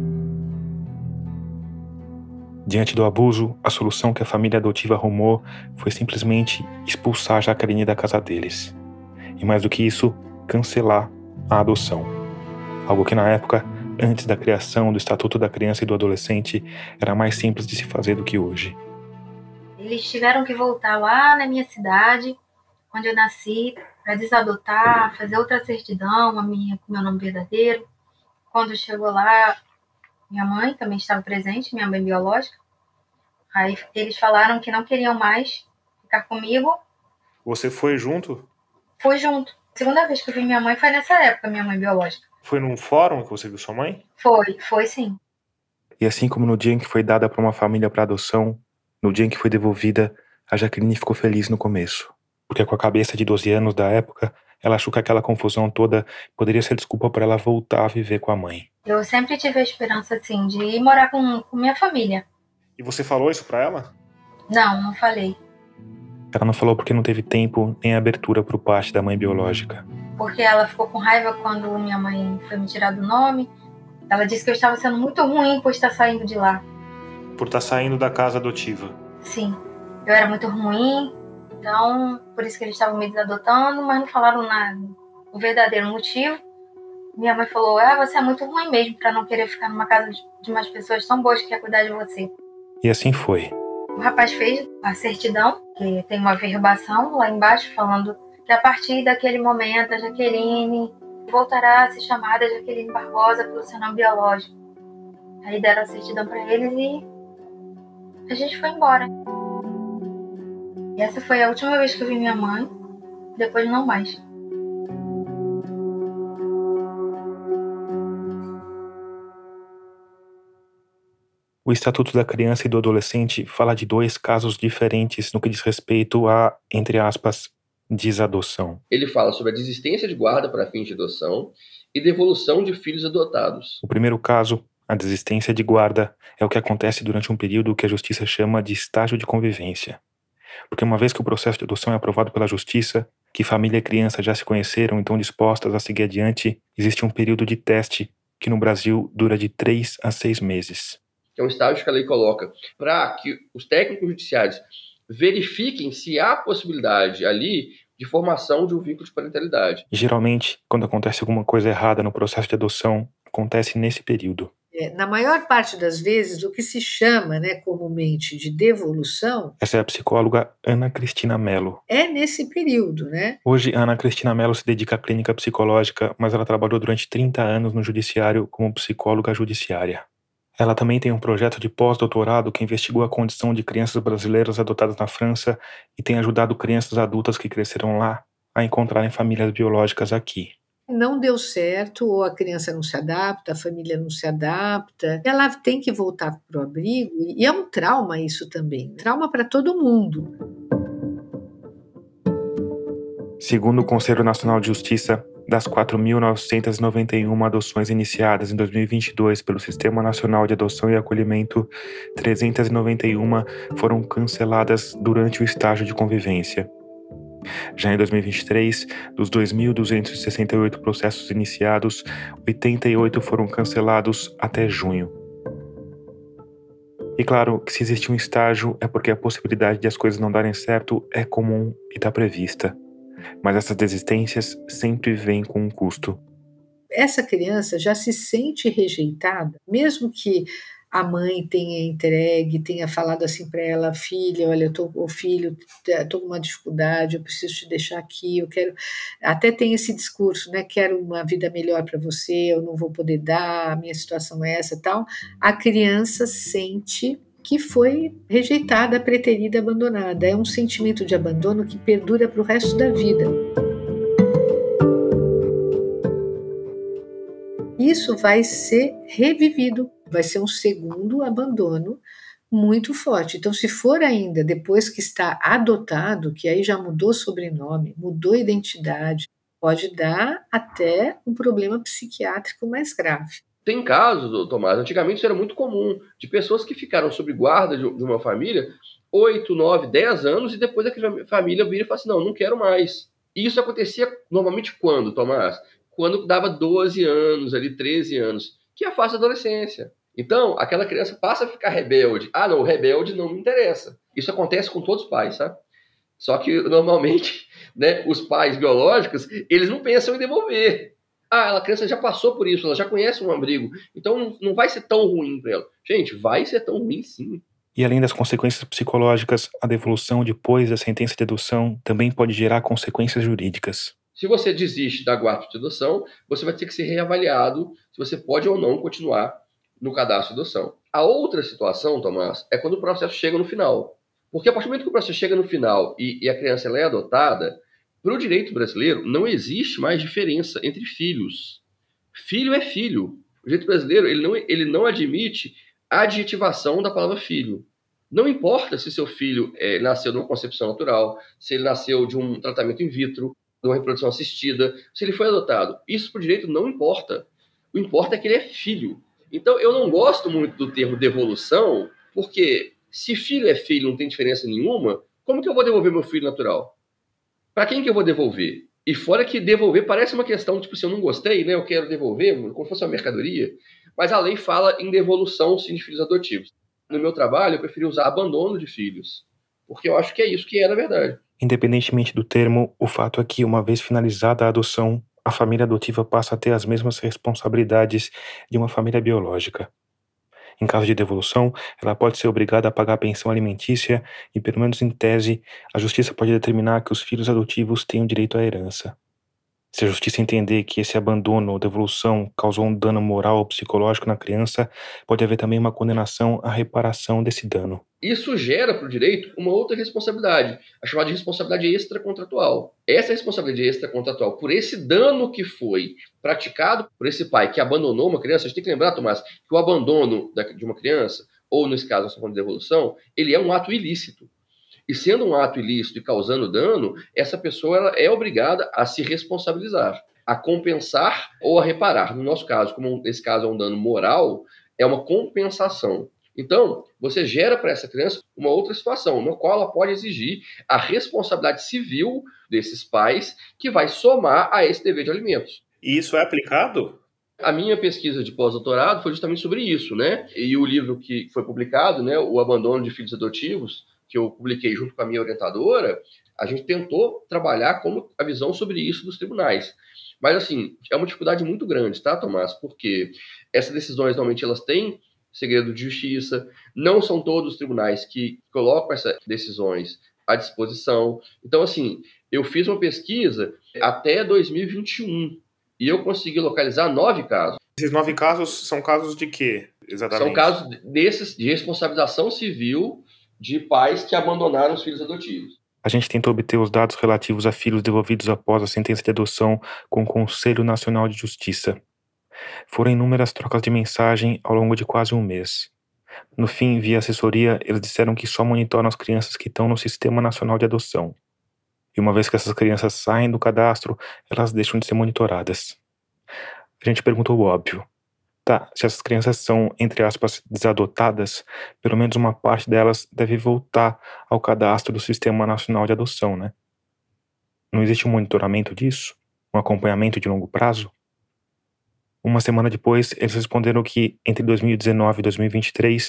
Diante do abuso, a solução que a família adotiva arrumou foi simplesmente expulsar a Jaqueline da casa deles. E mais do que isso, cancelar a adoção. Algo que na época, antes da criação do Estatuto da Criança e do Adolescente, era mais simples de se fazer do que hoje. Eles tiveram que voltar lá na minha cidade, onde eu nasci, para desadotar, fazer outra certidão, a minha com meu nome verdadeiro. Quando chegou lá, minha mãe também estava presente, minha mãe biológica. Aí eles falaram que não queriam mais ficar comigo. Você foi junto? Fui junto. A segunda vez que eu vi minha mãe foi nessa época, minha mãe biológica. Foi num fórum que você viu sua mãe? Foi sim. E assim como no dia em que foi dada para uma família para adoção, no dia em que foi devolvida, a Jaqueline ficou feliz no começo. Porque com a cabeça de 12 anos da época, ela achou que aquela confusão toda poderia ser desculpa para ela voltar a viver com a mãe. Eu sempre tive a esperança, assim, de ir morar com minha família. E você falou isso pra ela? Não falei. Ela não falou porque não teve tempo nem abertura pro parte da mãe biológica. Porque ela ficou com raiva quando minha mãe foi me tirar do nome. Ela disse que eu estava sendo muito ruim por estar saindo de lá. Por estar saindo da casa adotiva? Sim, eu era muito ruim, então por isso que eles estavam me desadotando, mas não falaram nada, o verdadeiro motivo. Minha mãe falou, você é muito ruim mesmo para não querer ficar numa casa de umas pessoas tão boas que quer cuidar de você. E assim foi. O rapaz fez a certidão, que tem uma verbação lá embaixo falando que a partir daquele momento a Jaqueline voltará a ser chamada Jaqueline Barbosa pelo seu nome biológico. Aí deram a certidão para eles e a gente foi embora. E essa foi a última vez que eu vi minha mãe, depois não mais. O Estatuto da Criança e do Adolescente fala de 2 casos diferentes no que diz respeito a, entre aspas, desadoção. Ele fala sobre a desistência de guarda para fins de adoção e devolução de filhos adotados. O primeiro caso, a desistência de guarda, é o que acontece durante um período que a Justiça chama de estágio de convivência. Porque uma vez que o processo de adoção é aprovado pela Justiça, que família e criança já se conheceram e estão dispostas a seguir adiante, existe um período de teste que no Brasil dura de 3 a 6 meses. Que é um estágio que a lei coloca para que os técnicos judiciários verifiquem se há possibilidade ali de formação de um vínculo de parentalidade. E geralmente, quando acontece alguma coisa errada no processo de adoção, acontece nesse período. Na maior parte das vezes, o que se chama, comumente de devolução... Essa é a psicóloga Ana Cristina Mello. É nesse período, né? Hoje, a Ana Cristina Mello se dedica à clínica psicológica, mas ela trabalhou durante 30 anos no judiciário como psicóloga judiciária. Ela também tem um projeto de pós-doutorado que investigou a condição de crianças brasileiras adotadas na França e tem ajudado crianças adultas que cresceram lá a encontrarem famílias biológicas aqui. Não deu certo, ou a criança não se adapta, a família não se adapta, ela tem que voltar para o abrigo, e é um trauma isso também, trauma para todo mundo. Segundo o Conselho Nacional de Justiça, das 4.991 adoções iniciadas em 2022 pelo Sistema Nacional de Adoção e Acolhimento, 391 foram canceladas durante o estágio de convivência. Já em 2023, dos 2.268 processos iniciados, 88 foram cancelados até junho. E claro que se existe um estágio é porque a possibilidade de as coisas não darem certo é comum e está prevista. Mas essas desistências sempre vêm com um custo. Essa criança já se sente rejeitada, mesmo que a mãe tenha entregue, tenha falado assim para ela, filha, olha, filho, estou com uma dificuldade, eu preciso te deixar aqui, eu quero, até tem esse discurso, né, quero uma vida melhor para você, eu não vou poder dar, a minha situação é essa, tal. A criança sente que foi rejeitada, preterida, abandonada. É um sentimento de abandono que perdura para o resto da vida. Isso vai ser revivido, vai ser um segundo abandono muito forte. Então, se for ainda depois que está adotado, que aí já mudou sobrenome, mudou identidade, pode dar até um problema psiquiátrico mais grave. Tem casos, Tomás, antigamente isso era muito comum, de pessoas que ficaram sob guarda de uma família 8, 9, 10 anos e depois aquela família vira e fala assim, não quero mais. E isso acontecia normalmente quando, Tomás? Quando dava 12 anos, ali 13 anos, que é a fase da adolescência. Então, aquela criança passa a ficar rebelde. Ah, não, o rebelde não me interessa. Isso acontece com todos os pais, sabe? Só que, normalmente, né, os pais biológicos, eles não pensam em devolver. Ah, a criança já passou por isso, ela já conhece um abrigo, então não vai ser tão ruim para ela. Gente, vai ser tão ruim sim. E além das consequências psicológicas, a devolução depois da sentença de adoção também pode gerar consequências jurídicas. Se você desiste da guarda de adoção, você vai ter que ser reavaliado se você pode ou não continuar no cadastro de adoção. A outra situação, Tomás, é quando o processo chega no final. Porque a partir do momento que o processo chega no final e a criança ela é adotada, para o direito brasileiro não existe mais diferença entre filhos. Filho é filho. O direito brasileiro ele não admite a adjetivação da palavra filho. Não importa se seu filho nasceu de uma concepção natural, se ele nasceu de um tratamento in vitro, de uma reprodução assistida, se ele foi adotado. Isso para o direito não importa. O que importa é que ele é filho. Então, eu não gosto muito do termo devolução, porque se filho é filho, não tem diferença nenhuma, como que eu vou devolver meu filho natural? Para quem que eu vou devolver? E fora que devolver parece uma questão, tipo, se eu não gostei, né, eu quero devolver, como se fosse uma mercadoria. Mas a lei fala em devolução, sim, de filhos adotivos. No meu trabalho, eu preferi usar abandono de filhos, porque eu acho que é isso que é na verdade. Independentemente do termo, o fato é que, uma vez finalizada a adoção, a família adotiva passa a ter as mesmas responsabilidades de uma família biológica. Em caso de devolução, ela pode ser obrigada a pagar a pensão alimentícia e, pelo menos em tese, a justiça pode determinar que os filhos adotivos tenham direito à herança. Se a justiça entender que esse abandono ou devolução causou um dano moral ou psicológico na criança, pode haver também uma condenação à reparação desse dano. Isso gera para o direito uma outra responsabilidade, a chamada de responsabilidade extracontratual. Essa responsabilidade extracontratual, por esse dano que foi praticado por esse pai que abandonou uma criança, a gente tem que lembrar, Tomás, que o abandono de uma criança, ou nesse caso, a de devolução, ele é um ato ilícito. E sendo um ato ilícito e causando dano, essa pessoa ela é obrigada a se responsabilizar, a compensar ou a reparar. No nosso caso, como nesse caso é um dano moral, é uma compensação. Então, você gera para essa criança uma outra situação, no qual ela pode exigir a responsabilidade civil desses pais, que vai somar a esse dever de alimentos. E isso é aplicado? A minha pesquisa de pós-doutorado foi justamente sobre isso, né? E o livro que foi publicado, né, O Abandono de Filhos Adotivos, que eu publiquei junto com a minha orientadora, a gente tentou trabalhar como a visão sobre isso dos tribunais. Mas, assim, é uma dificuldade muito grande, tá, Tomás? Porque essas decisões, normalmente, elas têm segredo de justiça, não são todos os tribunais que colocam essas decisões à disposição. Então, assim, eu fiz uma pesquisa até 2021 e eu consegui localizar 9 casos. Esses 9 casos são casos de quê, exatamente? São casos desses de responsabilização civil de pais que abandonaram os filhos adotivos. A gente tentou obter os dados relativos a filhos devolvidos após a sentença de adoção com o Conselho Nacional de Justiça. Foram inúmeras trocas de mensagem ao longo de quase um mês. No fim, via assessoria, eles disseram que só monitoram as crianças que estão no Sistema Nacional de Adoção. E uma vez que essas crianças saem do cadastro, elas deixam de ser monitoradas. A gente perguntou o óbvio. Tá, se essas crianças são, entre aspas, desadotadas, pelo menos uma parte delas deve voltar ao cadastro do Sistema Nacional de Adoção, né? Não existe um monitoramento disso? Um acompanhamento de longo prazo? Uma semana depois, eles responderam que, entre 2019 e 2023,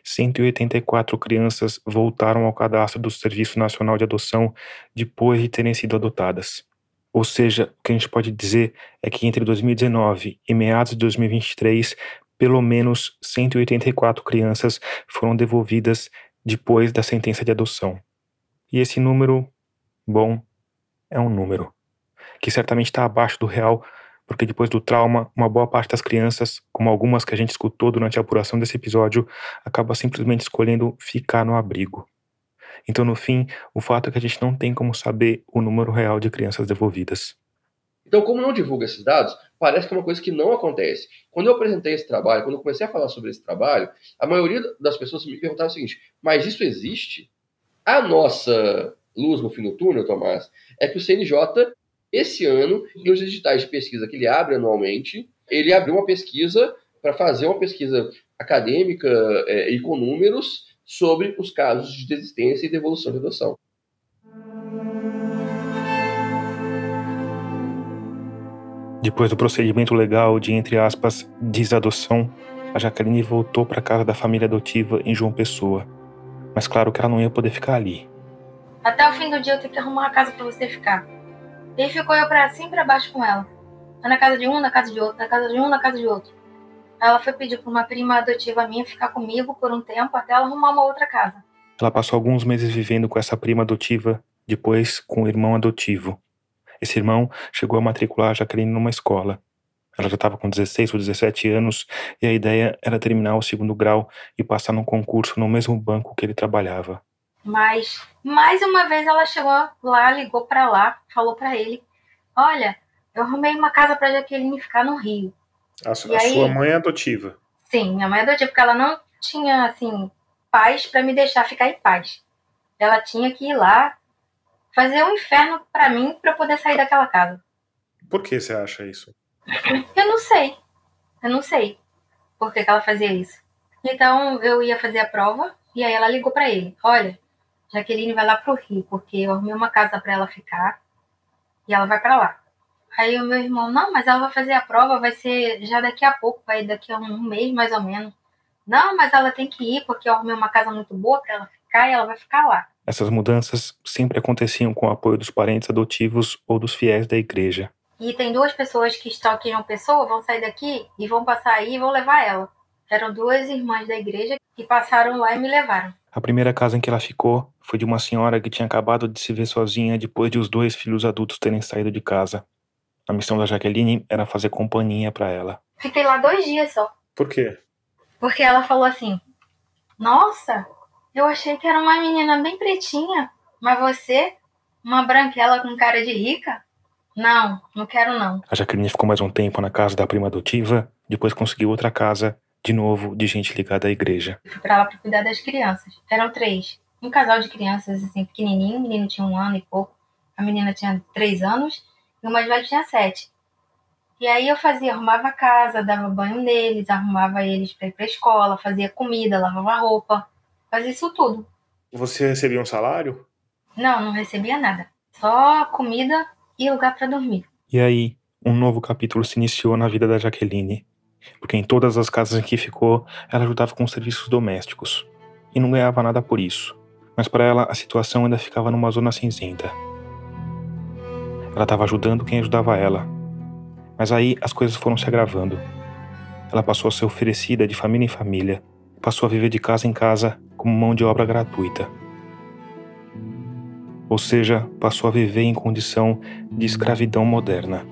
184 crianças voltaram ao cadastro do Serviço Nacional de Adoção depois de terem sido adotadas. Ou seja, o que a gente pode dizer é que entre 2019 e meados de 2023, pelo menos 184 crianças foram devolvidas depois da sentença de adoção. E esse número, bom, é um número que certamente está abaixo do real, porque depois do trauma, uma boa parte das crianças, como algumas que a gente escutou durante a apuração desse episódio, acaba simplesmente escolhendo ficar no abrigo. Então, no fim, o fato é que a gente não tem como saber o número real de crianças devolvidas. Então, como não divulga esses dados, parece que é uma coisa que não acontece. Quando eu apresentei esse trabalho, quando eu comecei a falar sobre esse trabalho, a maioria das pessoas me perguntavam o seguinte: mas isso existe? A nossa luz no fim do túnel, Tomás, é que o CNJ, esse ano, nos editais de pesquisa que ele abre anualmente, ele abriu uma pesquisa para fazer uma pesquisa acadêmica e com números sobre os casos de desistência e devolução de adoção. Depois do procedimento legal de, entre aspas, desadoção, a Jaqueline voltou para a casa da família adotiva em João Pessoa. Mas claro que ela não ia poder ficar ali. Até o fim do dia eu tenho que arrumar uma casa pra você ficar. E aí ficou eu pra cima e pra baixo com ela. Na casa de um, na casa de outro, na casa de um, na casa de outro. Aí ela foi pedir pra uma prima adotiva minha ficar comigo por um tempo até ela arrumar uma outra casa. Ela passou alguns meses vivendo com essa prima adotiva, depois com o irmão adotivo. Esse irmão chegou a matricular a Jaqueline numa escola. Ela já estava com 16 ou 17 anos e a ideia era terminar o 2º grau e passar num concurso no mesmo banco que ele trabalhava. Mas, mais uma vez ela chegou lá, ligou pra lá, falou pra ele: olha, eu arrumei uma casa pra Jaqueline ficar no Rio. Sua mãe é adotiva? Sim, minha mãe é adotiva, porque ela não tinha, assim, paz pra me deixar ficar em paz. Ela tinha que ir lá fazer um inferno pra mim pra poder sair daquela casa. Por que você acha isso? Eu não sei por que ela fazia isso. Então eu ia fazer a prova e aí ela ligou pra ele: olha, Jaqueline vai lá pro Rio, porque eu arrumei uma casa pra ela ficar e ela vai pra lá. Aí o meu irmão: não, mas ela vai fazer a prova, vai ser já daqui a pouco, vai daqui a um mês mais ou menos. Não, mas ela tem que ir porque eu arrumei uma casa muito boa pra ela ficar e ela vai ficar lá. Essas mudanças sempre aconteciam com o apoio dos parentes adotivos ou dos fiéis da igreja. E tem 2 pessoas que estão aqui em uma pessoa, vão sair daqui e vão passar aí e vão levar ela. Eram 2 irmãs da igreja que passaram lá e me levaram. A primeira casa em que ela ficou foi de uma senhora que tinha acabado de se ver sozinha depois de os 2 filhos adultos terem saído de casa. A missão da Jaqueline era fazer companhia para ela. Fiquei lá 2 dias só. Por quê? Porque ela falou assim: nossa, eu achei que era uma menina bem pretinha, mas você, uma branquela com cara de rica? Não, não quero não. A Jaqueline ficou mais um tempo na casa da prima adotiva, depois conseguiu outra casa, de novo, de gente ligada à igreja. Fui pra lá pra cuidar das crianças. Eram 3. Um casal de crianças, assim, pequenininho. O menino tinha 1 ano e pouco. A menina tinha 3 anos. E o mais velho tinha 7. E aí eu arrumava a casa, dava banho neles, arrumava eles pra ir pra escola, fazia comida, lavava roupa. Fazia isso tudo. Você recebia um salário? Não recebia nada. Só comida e lugar pra dormir. E aí, um novo capítulo se iniciou na vida da Jaqueline. Porque em todas as casas em que ficou, ela ajudava com serviços domésticos. E não ganhava nada por isso. Mas para ela, a situação ainda ficava numa zona cinzenta. Ela estava ajudando quem ajudava ela. Mas aí as coisas foram se agravando. Ela passou a ser oferecida de família em família. Passou a viver de casa em casa como mão de obra gratuita. Ou seja, passou a viver em condição de escravidão moderna.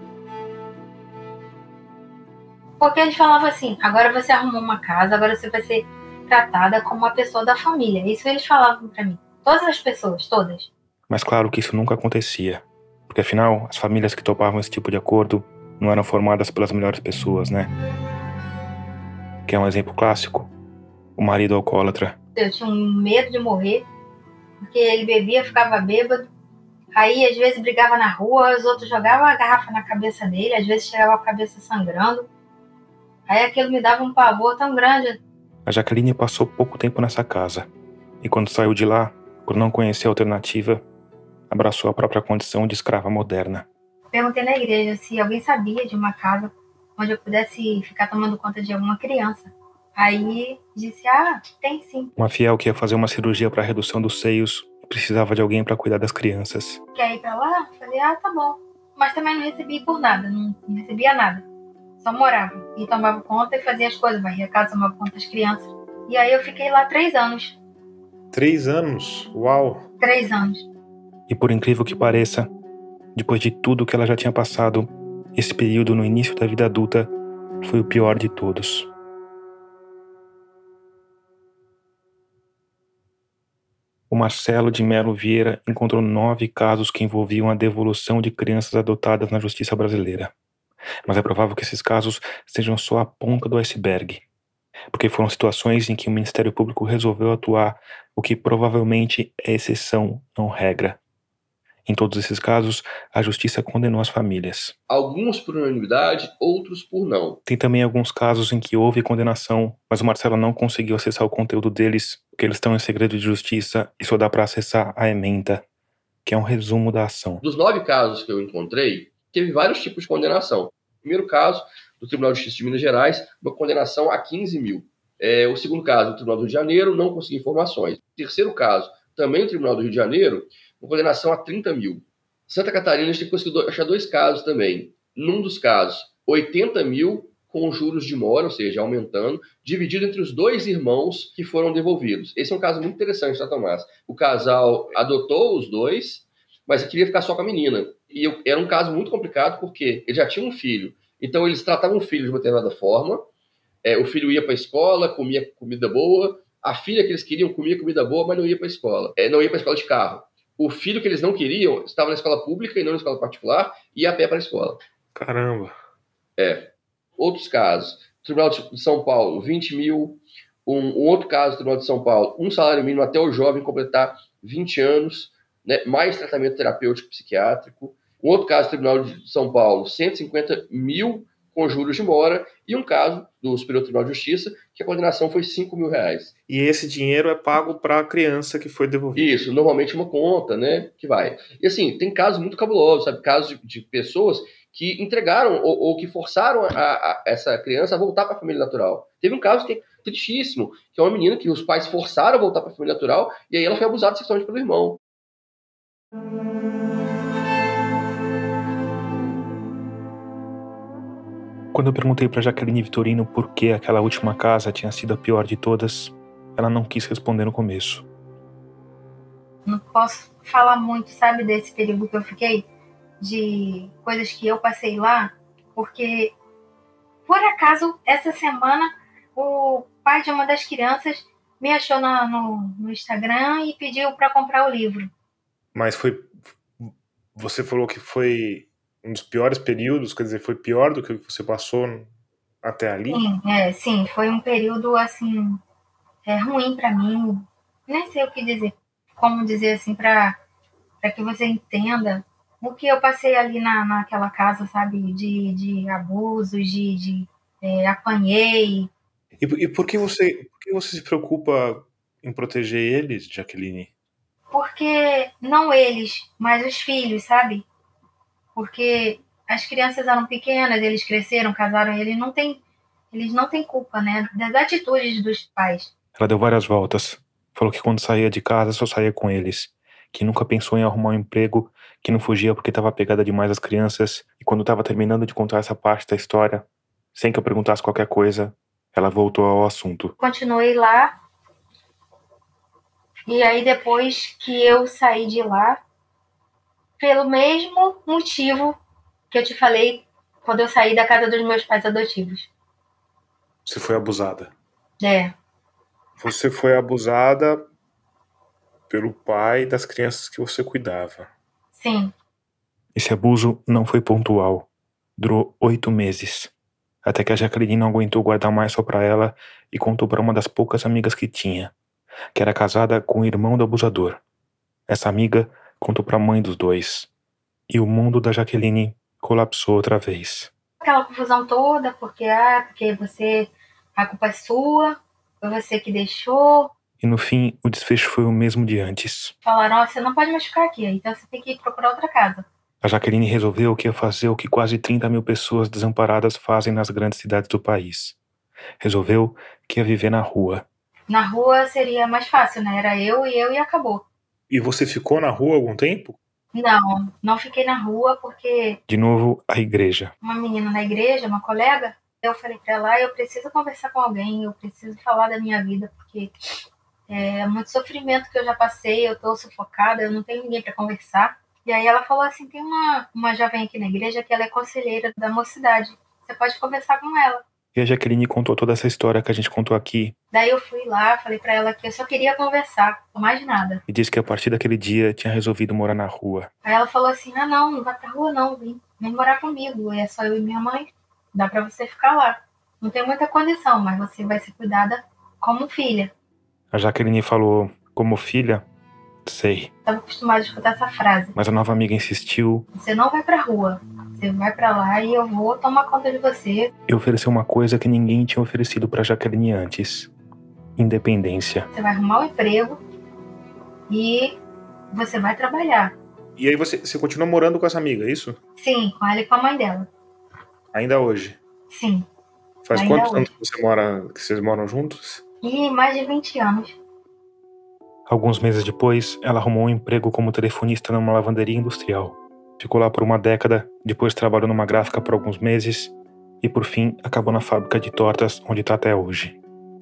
Porque eles falavam assim: agora você arrumou uma casa, agora você vai ser tratada como uma pessoa da família. Isso eles falavam pra mim. Todas as pessoas, todas. Mas claro que isso nunca acontecia. Porque afinal, as famílias que topavam esse tipo de acordo não eram formadas pelas melhores pessoas, né? Quer um exemplo clássico? O marido alcoólatra. Eu tinha um medo de morrer, porque ele bebia, ficava bêbado. Aí às vezes brigava na rua, os outros jogavam a garrafa na cabeça dele, às vezes chegava a cabeça sangrando. Aí aquilo me dava um pavor tão grande. A Jaqueline passou pouco tempo nessa casa. E quando saiu de lá, por não conhecer a alternativa, abraçou a própria condição de escrava moderna. Perguntei na igreja se alguém sabia de uma casa onde eu pudesse ficar tomando conta de alguma criança. Aí disse: tem sim. Uma fiel que ia fazer uma cirurgia para redução dos seios precisava de alguém para cuidar das crianças. Quer ir pra lá? Falei: tá bom. Mas também não recebi por nada, não recebia nada. Só morava. E tomava conta e fazia as coisas. Varria a casa, tomava conta das crianças. E aí eu fiquei lá 3 anos. 3 anos? Uau! 3 anos. E por incrível que pareça, depois de tudo que ela já tinha passado, esse período no início da vida adulta foi o pior de todos. O Marcelo de Melo Vieira encontrou 9 casos que envolviam a devolução de crianças adotadas na justiça brasileira. Mas é provável que esses casos sejam só a ponta do iceberg, porque foram situações em que o Ministério Público resolveu atuar, o que provavelmente é exceção, não regra. Em todos esses casos, a justiça condenou as famílias. Alguns por unanimidade, outros por não. Tem também alguns casos em que houve condenação, mas o Marcelo não conseguiu acessar o conteúdo deles, porque eles estão em segredo de justiça e só dá para acessar a ementa, que é um resumo da ação. Dos 9 casos que eu encontrei, teve vários tipos de condenação. Primeiro caso, do Tribunal de Justiça de Minas Gerais, uma condenação a 15 mil. O segundo caso, do Tribunal do Rio de Janeiro, não consegui informações. O terceiro caso, também do Tribunal do Rio de Janeiro, uma condenação a 30 mil. Santa Catarina, a gente conseguiu achar 2 casos também. Num dos casos, 80 mil com juros de mora, ou seja, aumentando, dividido entre os 2 irmãos que foram devolvidos. Esse é um caso muito interessante, tá, Tomás? O casal adotou os 2, mas queria ficar só com a menina. E era um caso muito complicado porque ele já tinha um filho. Então, eles tratavam o filho de uma determinada forma. O filho ia para a escola, comia comida boa. A filha que eles queriam comia comida boa, mas não ia para a escola. Não ia para a escola de carro. O filho que eles não queriam estava na escola pública e não na escola particular e ia a pé para a escola. Caramba! Outros casos. Tribunal de São Paulo, 20 mil. Um outro caso, Tribunal de São Paulo, um salário mínimo até o jovem completar 20 anos, né, mais tratamento terapêutico psiquiátrico. Um outro caso, Tribunal de São Paulo, 150 mil com juros de mora. E um caso do Superior Tribunal de Justiça, que a condenação foi 5 mil reais. E esse dinheiro é pago para a criança que foi devolvida? Isso, normalmente uma conta, né, que vai. E assim, tem casos muito cabulosos, sabe? Casos de pessoas que entregaram ou que forçaram essa criança a voltar para a família natural. Teve um caso que é tristíssimo, que é uma menina que os pais forçaram a voltar para a família natural e aí ela foi abusada sexualmente pelo irmão. Quando eu perguntei para Jaqueline Vitorino por que aquela última casa tinha sido a pior de todas, ela não quis responder no começo. Não posso falar muito, sabe, desse período que eu fiquei, de coisas que eu passei lá, porque, por acaso, essa semana, o pai de uma das crianças me achou no Instagram e pediu para comprar o livro. Mas você falou que foi um dos piores períodos, quer dizer, foi pior do que o que você passou até ali? Sim, foi um período, assim, ruim para mim, nem sei o que dizer, como dizer assim, para que você entenda o que eu passei ali naquela casa, sabe, de abusos, apanhei. E por que você se preocupa em proteger eles, Jaqueline? Porque não eles, mas os filhos, sabe? Porque as crianças eram pequenas, eles cresceram, casaram, eles não têm culpa, né, das atitudes dos pais. Ela deu várias voltas. Falou que quando saía de casa só saía com eles, que nunca pensou em arrumar um emprego, que não fugia porque estava apegada demais às crianças, e quando estava terminando de contar essa parte da história, sem que eu perguntasse qualquer coisa, ela voltou ao assunto. Continuei lá, e aí depois que eu saí de lá, pelo mesmo motivo que eu te falei quando eu saí da casa dos meus pais adotivos. Você foi abusada? Você foi abusada pelo pai das crianças que você cuidava? Sim. Esse abuso não foi pontual. Durou 8 meses. Até que a Jaqueline não aguentou guardar mais só pra ela e contou para uma das poucas amigas que tinha, que era casada com o irmão do abusador. Essa amiga contou pra mãe dos 2. E o mundo da Jaqueline colapsou outra vez. Aquela confusão toda, porque a culpa é sua, foi você que deixou. E no fim, o desfecho foi o mesmo de antes. Falaram, você não pode mais ficar aqui, então você tem que procurar outra casa. A Jaqueline resolveu que ia fazer o que quase 30 mil pessoas desamparadas fazem nas grandes cidades do país. Resolveu que ia viver na rua. Na rua seria mais fácil, né? Era eu e acabou. E você ficou na rua algum tempo? Não, não fiquei na rua porque De novo, a igreja. uma menina na igreja, uma colega, eu falei pra ela, eu preciso conversar com alguém, eu preciso falar da minha vida, porque é muito sofrimento que eu já passei, eu tô sufocada, eu não tenho ninguém pra conversar. E aí ela falou assim, tem uma jovem aqui na igreja que ela é conselheira da mocidade, você pode conversar com ela. E a Jaqueline contou toda essa história que a gente contou aqui. Daí eu fui lá, falei pra ela que eu só queria conversar, mais nada. E disse que a partir daquele dia tinha resolvido morar na rua. Aí ela falou assim, não vai pra rua não, vem morar comigo, é só eu e minha mãe, dá pra você ficar lá. Não tem muita condição, mas você vai ser cuidada como filha. A Jaqueline falou, como filha? Sei. Estava acostumada a escutar essa frase. Mas a nova amiga insistiu. Você não vai pra rua, você vai pra lá e eu vou tomar conta de você. E ofereceu uma coisa que ninguém tinha oferecido pra Jaqueline antes. Independência. Você vai arrumar um emprego e você vai trabalhar. E aí você continua morando com essa amiga, é isso? Sim, com ela e com a mãe dela. Ainda hoje? Sim. Faz Ainda quantos hoje. anos que vocês moram juntos? E mais de 20 anos. Alguns meses depois, ela arrumou um emprego como telefonista numa lavanderia industrial. Ficou lá por uma década, depois trabalhou numa gráfica por alguns meses e, por fim, acabou na fábrica de tortas, onde está até hoje.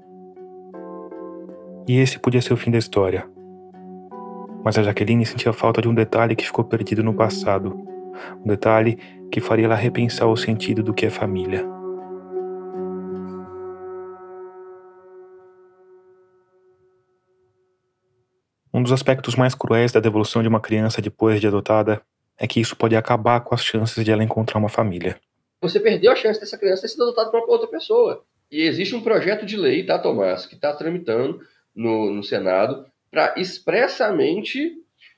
E esse podia ser o fim da história. Mas a Jaqueline sentia falta de um detalhe que ficou perdido no passado. Um detalhe que faria ela repensar o sentido do que é família. Um dos aspectos mais cruéis da devolução de uma criança depois de adotada é que isso pode acabar com as chances de ela encontrar uma família. Você perdeu a chance dessa criança ter sido adotada por outra pessoa. E existe um projeto de lei, tá, Tomás, que está tramitando no Senado para expressamente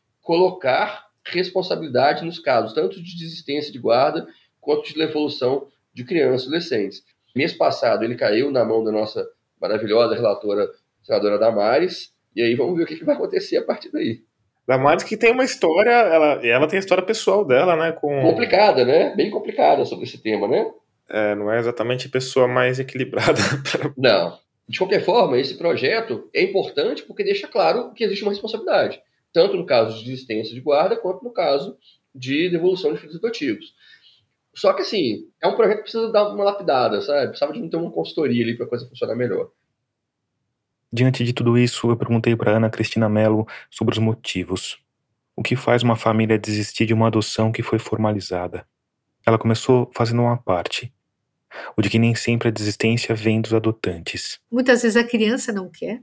colocar responsabilidade nos casos, tanto de desistência de guarda quanto de devolução de crianças e adolescentes. Mês passado ele caiu na mão da nossa maravilhosa relatora, senadora Damares, e aí vamos ver o que vai acontecer a partir daí. Damares que tem uma história, ela tem a história pessoal dela, né? Complicada, né? Bem complicada sobre esse tema, né? Não é exatamente a pessoa mais equilibrada. Não. De qualquer forma, esse projeto é importante porque deixa claro que existe uma responsabilidade, tanto no caso de desistência de guarda, quanto no caso de devolução de filhos adotivos. Só que, assim, é um projeto que precisa dar uma lapidada, sabe? Precisava de ter uma consultoria ali para a coisa funcionar melhor. Diante de tudo isso, eu perguntei para Ana Cristina Mello sobre os motivos. O que faz uma família desistir de uma adoção que foi formalizada? Ela começou fazendo uma parte. O de que nem sempre a desistência vem dos adotantes. Muitas vezes a criança não quer,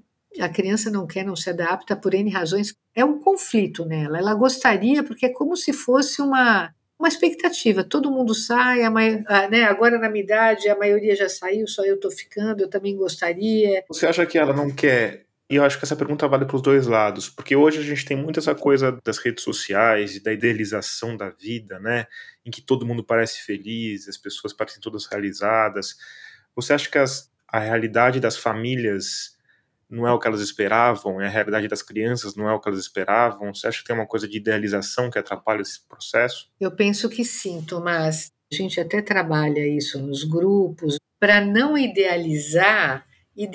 não se adapta por N razões. É um conflito nela. Ela gostaria, porque é como se fosse uma expectativa. Todo mundo sai, né, agora na minha idade a maioria já saiu, só eu estou ficando, eu também gostaria. Você acha que ela não quer? E eu acho que essa pergunta vale para os dois lados, porque hoje a gente tem muito essa coisa das redes sociais e da idealização da vida, né? Em que todo mundo parece feliz, as pessoas parecem todas realizadas. Você acha que a realidade das famílias não é o que elas esperavam? E a realidade das crianças não é o que elas esperavam? Você acha que tem uma coisa de idealização que atrapalha esse processo? Eu penso que sim, Tomás. A gente até trabalha isso nos grupos, para não idealizar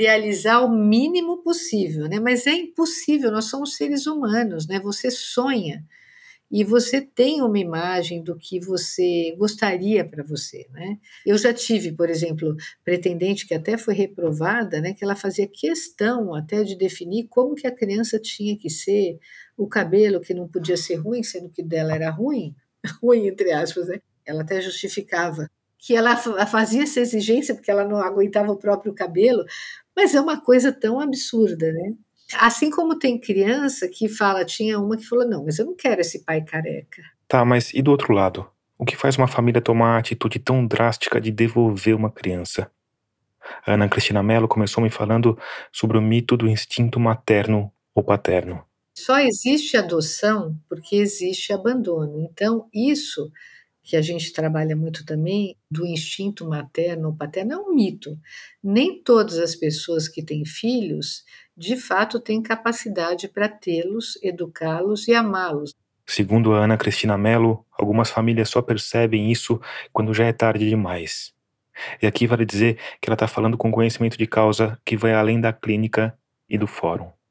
o mínimo possível, né? Mas é impossível, nós somos seres humanos, né? Você sonha e você tem uma imagem do que você gostaria para você, né? Eu já tive, por exemplo, pretendente que até foi reprovada, né? Que ela fazia questão até de definir como que a criança tinha que ser, o cabelo que não podia ser ruim, sendo que dela era ruim, ruim entre aspas, né? Ela até justificava que ela fazia essa exigência porque ela não aguentava o próprio cabelo, mas é uma coisa tão absurda, né? Assim como tem criança que fala, tinha uma que falou, não, mas eu não quero esse pai careca. Tá, mas e do outro lado? O que faz uma família tomar a atitude tão drástica de devolver uma criança? A Ana Cristina Mello começou me falando sobre o mito do instinto materno ou paterno. Só existe adoção porque existe abandono. Então, isso que a gente trabalha muito também, do instinto materno ou paterno, é um mito. Nem todas as pessoas que têm filhos, de fato, têm capacidade para tê-los, educá-los e amá-los. Segundo a Ana Cristina Mello, algumas famílias só percebem isso quando já é tarde demais. E aqui vale dizer que ela está falando com conhecimento de causa que vai além da clínica e do fórum.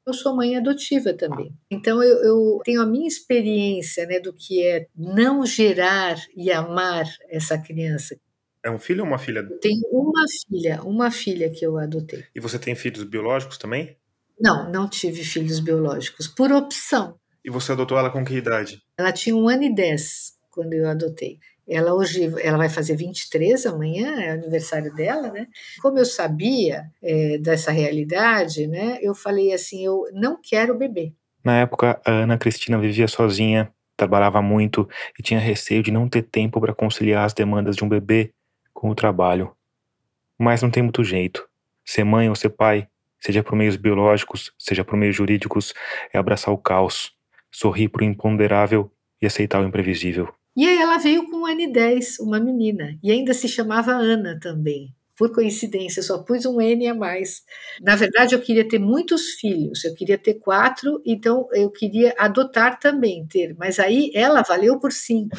Eu sou mãe adotiva também. Então, eu tenho a minha experiência, né, do que é não gerar e amar essa criança. É um filho ou uma filha? Eu tenho uma filha que eu adotei. E você tem filhos biológicos também? Não, não tive filhos biológicos, por opção. E você adotou ela com que idade? Ela tinha 1 ano e 10 quando eu adotei. Ela vai fazer 23 amanhã, é aniversário dela, né? Como eu sabia dessa realidade, né? Eu falei assim, eu não quero bebê. Na época, a Ana Cristina vivia sozinha, trabalhava muito e tinha receio de não ter tempo para conciliar as demandas de um bebê com o trabalho. Mas não tem muito jeito. Ser mãe ou ser pai, seja por meios biológicos, seja por meios jurídicos, é abraçar o caos, sorrir para o imponderável e aceitar o imprevisível. E aí ela veio com 1 ano e 10, uma menina, e ainda se chamava Ana também. Por coincidência, eu só pus um N a mais. Na verdade, eu queria ter muitos filhos, eu queria ter 4, então eu queria adotar também, mas aí ela valeu por 5.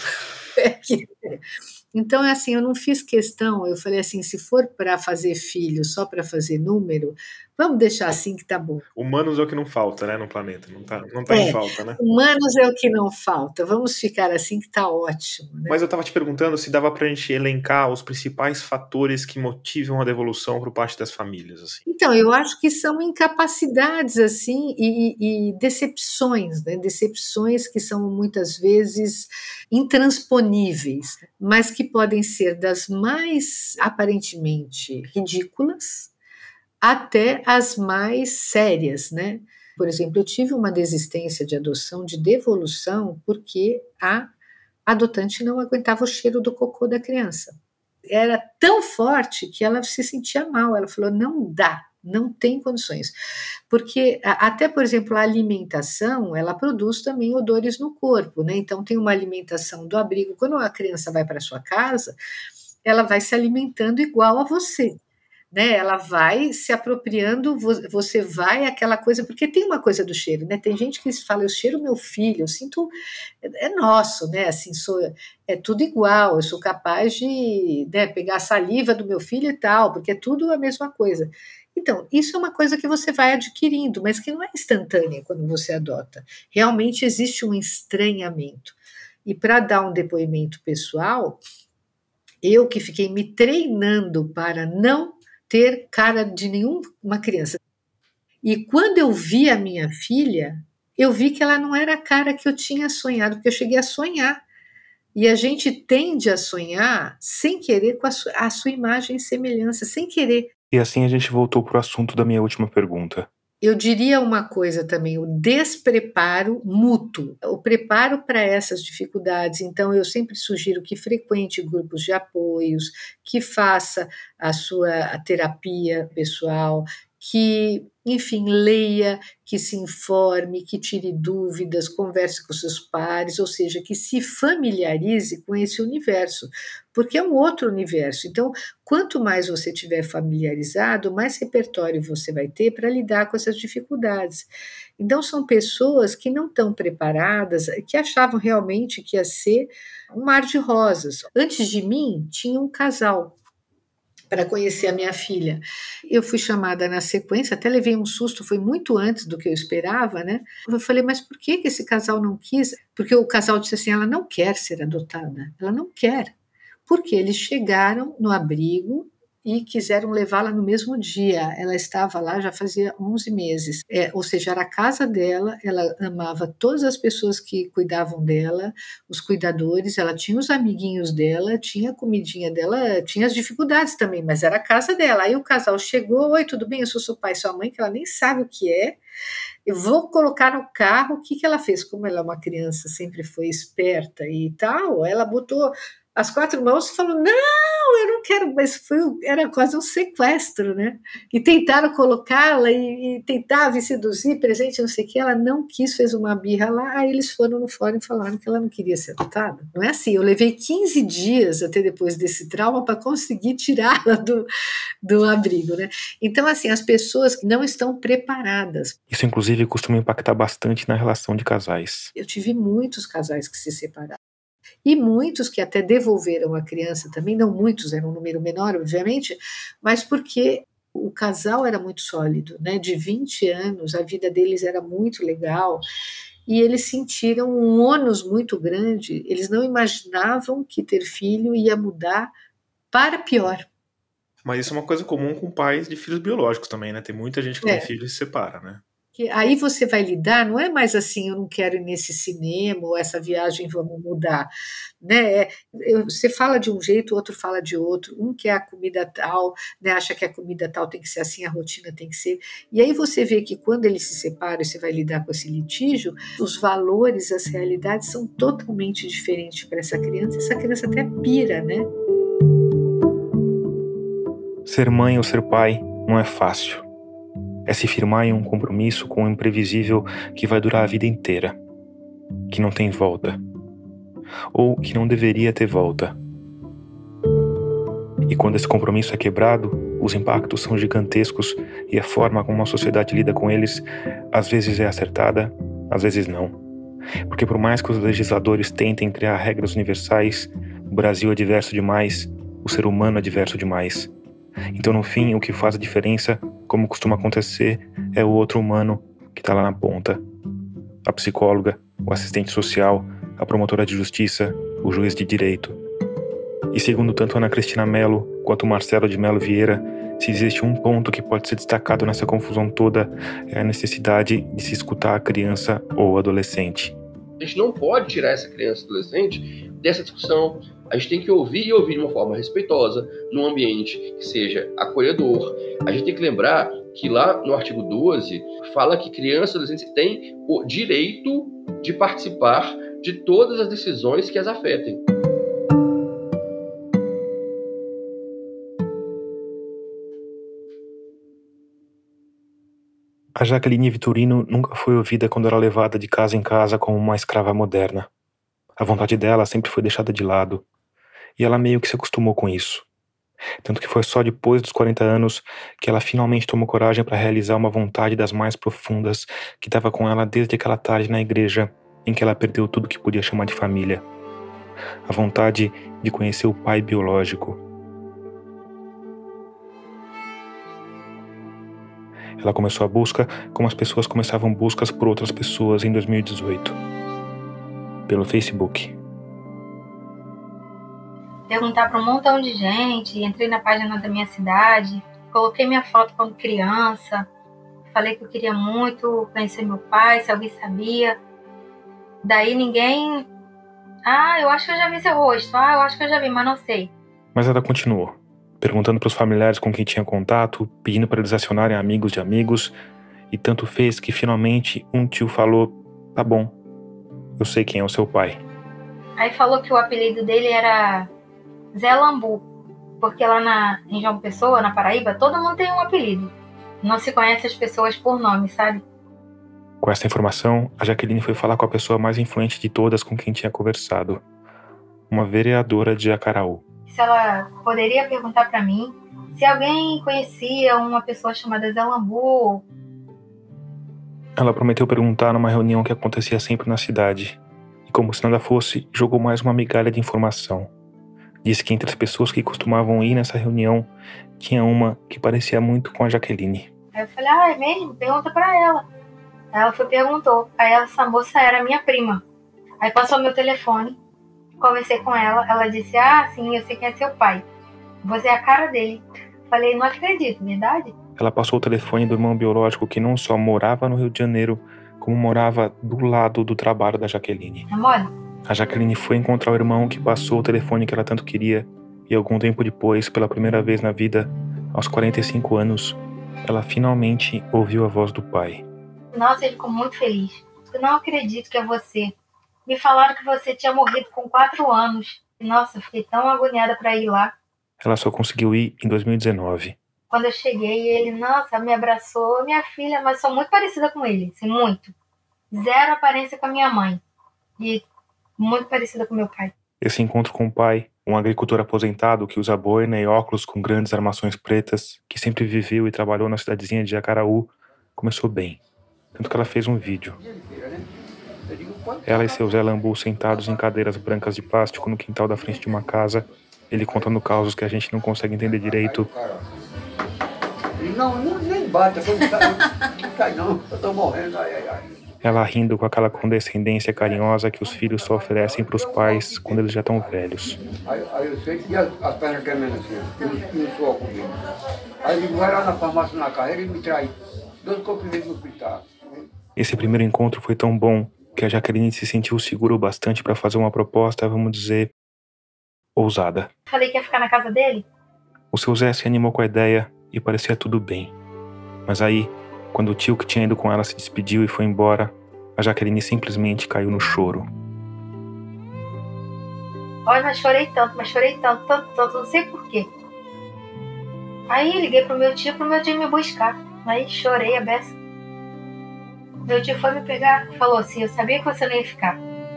Então, é assim, eu não fiz questão, eu falei assim, se for para fazer filho, só para fazer número, vamos deixar assim que tá bom. Humanos é o que não falta, né, no planeta. Não tá em falta, né? Humanos é o que não falta. Vamos ficar assim que tá ótimo, né? Mas eu tava te perguntando se dava pra gente elencar os principais fatores que motivam a devolução por parte das famílias, assim. Então, eu acho que são incapacidades, assim, e decepções, né? Decepções que são muitas vezes intransponíveis, mas que podem ser das mais aparentemente ridículas até as mais sérias, né? Por exemplo, eu tive uma desistência de adoção, de devolução, porque a adotante não aguentava o cheiro do cocô da criança. Era tão forte que ela se sentia mal. Ela falou: não dá, não tem condições. Porque até, por exemplo, a alimentação, ela produz também odores no corpo, né? Então tem uma alimentação do abrigo. Quando a criança vai para a sua casa, ela vai se alimentando igual a você. Né, ela vai se apropriando, você vai aquela coisa, porque tem uma coisa do cheiro, né? Tem gente que fala, eu cheiro meu filho, eu sinto, é nosso, né? Assim, é tudo igual, eu sou capaz de, né, pegar a saliva do meu filho e tal, porque é tudo a mesma coisa. Então, isso é uma coisa que você vai adquirindo, mas que não é instantânea quando você adota. Realmente existe um estranhamento. E para dar um depoimento pessoal, eu que fiquei me treinando para não ter cara de nenhuma criança. E quando eu vi a minha filha, eu vi que ela não era a cara que eu tinha sonhado, porque eu cheguei a sonhar. E a gente tende a sonhar sem querer com a sua imagem e semelhança, sem querer. E assim a gente voltou para o assunto da minha última pergunta. Eu diria uma coisa também, o despreparo mútuo, o preparo para essas dificuldades. Então, eu sempre sugiro que frequente grupos de apoios, que faça a sua terapia pessoal, que, enfim, leia, que se informe, que tire dúvidas, converse com seus pares, ou seja, que se familiarize com esse universo, porque é um outro universo. Então, quanto mais você tiver familiarizado, mais repertório você vai ter para lidar com essas dificuldades. Então, são pessoas que não estão preparadas, que achavam realmente que ia ser um mar de rosas. Antes de mim, tinha um casal para conhecer a minha filha. Eu fui chamada na sequência, até levei um susto, foi muito antes do que eu esperava, né? Eu falei, mas por que esse casal não quis? Porque o casal disse assim, ela não quer ser adotada, ela não quer. Porque eles chegaram no abrigo e quiseram levá-la no mesmo dia. Ela estava lá já fazia 11 meses. Ou seja, era a casa dela, ela amava todas as pessoas que cuidavam dela, os cuidadores, ela tinha os amiguinhos dela, tinha a comidinha dela, tinha as dificuldades também, mas era a casa dela. Aí o casal chegou, oi, tudo bem? Eu sou seu pai e sua mãe, que ela nem sabe o que é. Eu vou colocar no carro. O que ela fez? Como ela é uma criança, sempre foi esperta e tal, ela botou as 4 mãos e falou, não, eu não quero, mas era quase um sequestro, né? E tentaram colocá-la e tentavam seduzir, presente, não sei o que, ela não quis, fez uma birra lá, aí eles foram no fórum e falaram que ela não queria ser adotada. Não é assim, eu levei 15 dias até depois desse trauma para conseguir tirá-la do abrigo, né? Então, assim, as pessoas não estão preparadas. Isso, inclusive, costuma impactar bastante na relação de casais. Eu tive muitos casais que se separaram. E muitos que até devolveram a criança também, não muitos, era um número menor, obviamente, mas porque O casal era muito sólido, né? De 20 anos, a vida deles era muito legal e eles sentiram um ônus muito grande. Eles não imaginavam que ter filho ia mudar para pior. Mas isso é uma coisa comum com pais de filhos biológicos também, né? Tem muita gente que tem filho e se separa, né? Que aí você vai lidar, não é mais assim, eu não quero ir nesse cinema, ou essa viagem vamos mudar. Né? Você fala de um jeito, o outro fala de outro, um quer a comida tal, né? Acha que a comida tal tem que ser assim, a rotina tem que ser. E aí você vê que quando eles se separam e você vai lidar com esse litígio, os valores, as realidades são totalmente diferentes para essa criança até pira, né? Ser mãe ou ser pai não é fácil. É se firmar em um compromisso com o imprevisível que vai durar a vida inteira, que não tem volta, ou que não deveria ter volta. E quando esse compromisso é quebrado, os impactos são gigantescos e a forma como a sociedade lida com eles às vezes é acertada, às vezes não. Porque por mais que os legisladores tentem criar regras universais, o Brasil é diverso demais, o ser humano é diverso demais. Então, no fim, o que faz a diferença, como costuma acontecer, é o outro humano que está lá na ponta. A psicóloga, o assistente social, a promotora de justiça, o juiz de direito. E segundo tanto Ana Cristina Mello quanto Marcelo de Mello Vieira, se existe um ponto que pode ser destacado nessa confusão toda, é a necessidade de se escutar a criança ou o adolescente. A gente não pode tirar essa criança e adolescente dessa discussão. A gente tem que ouvir e ouvir de uma forma respeitosa, num ambiente que seja acolhedor. A gente tem que lembrar que lá no artigo 12 fala que crianças e adolescentes têm o direito de participar de todas as decisões que as afetem. A Jaqueline Vitorino nunca foi ouvida quando era levada de casa em casa como uma escrava moderna. A vontade dela sempre foi deixada de lado. E ela meio que se acostumou com isso. Tanto que foi só depois dos 40 anos que ela finalmente tomou coragem para realizar uma vontade das mais profundas que estava com ela desde aquela tarde na igreja em que ela perdeu tudo que podia chamar de família. A vontade de conhecer o pai biológico. Ela começou a busca como as pessoas começavam buscas por outras pessoas em 2018. Pelo Facebook. Perguntar para um montão de gente, entrei na página da minha cidade, coloquei minha foto quando criança, falei que eu queria muito conhecer meu pai, se alguém sabia. Daí ninguém... eu acho que eu já vi seu rosto, eu acho que eu já vi, mas não sei. Mas ela continuou, perguntando para os familiares com quem tinha contato, pedindo para eles acionarem amigos de amigos, e tanto fez que finalmente um tio falou, tá bom, eu sei quem é o seu pai. Aí falou que o apelido dele era Zé Lambu, porque lá em João Pessoa, na Paraíba, todo mundo tem um apelido. Não se conhece as pessoas por nome, sabe? Com essa informação, a Jaqueline foi falar com a pessoa mais influente de todas com quem tinha conversado, uma vereadora de Jacaraú. Se ela poderia perguntar para mim se alguém conhecia uma pessoa chamada Zé Lambu. Ela prometeu perguntar numa reunião que acontecia sempre na cidade. E como se nada fosse, jogou mais uma migalha de informação. Disse que entre as pessoas que costumavam ir nessa reunião, tinha uma que parecia muito com a Jaqueline. Aí eu falei, é mesmo? Pergunta pra ela. Aí ela perguntou. Aí essa moça era minha prima. Aí passou meu telefone, conversei com ela. Ela disse, sim, eu sei quem é seu pai. Você é a cara dele. Falei, não acredito, verdade? Ela passou o telefone do irmão biológico que não só morava no Rio de Janeiro, como morava do lado do trabalho da Jaqueline. Amor? A Jaqueline foi encontrar o irmão que passou o telefone que ela tanto queria, e algum tempo depois, pela primeira vez na vida, aos 45 anos, ela finalmente ouviu a voz do pai. Nossa, ele ficou muito feliz. Eu não acredito que é você. Me falaram que você tinha morrido com 4 anos. Nossa, eu fiquei tão agoniada para ir lá. Ela só conseguiu ir em 2019. Quando eu cheguei, ele, me abraçou. Minha filha, mas sou muito parecida com ele, assim, muito. Zero aparência com a minha mãe. E muito parecida com meu pai. Esse encontro com o pai, um agricultor aposentado que usa boina e óculos com grandes armações pretas, que sempre viveu e trabalhou na cidadezinha de Jacaraú, começou bem. Tanto que ela fez um vídeo. Ela e seu Zé Lambu sentados em cadeiras brancas de plástico no quintal da frente de uma casa, ele contando causos que a gente não consegue entender direito. Não, nem bate, não cai não, eu tô morrendo, ai. Ela rindo com aquela condescendência carinhosa que os filhos só oferecem para os pais quando eles já estão velhos. Aí eu sei que as pernas queimando assim, não sou comigo. Aí ele vai lá na farmácia na carreira e me traz 2 comprimidos no hospital. Esse primeiro encontro foi tão bom que a Jaqueline se sentiu segura o bastante para fazer uma proposta, vamos dizer, ousada. Falei que ia ficar na casa dele? O seu Zé se animou com a ideia e parecia tudo bem. Mas aí, quando o tio que tinha ido com ela se despediu e foi embora, a Jaqueline simplesmente caiu no choro. Olha, mas chorei tanto, não sei porquê. Aí liguei pro meu tio me buscar. Aí chorei a beça. Meu tio foi me pegar, falou assim, eu sabia que você não ia ficar.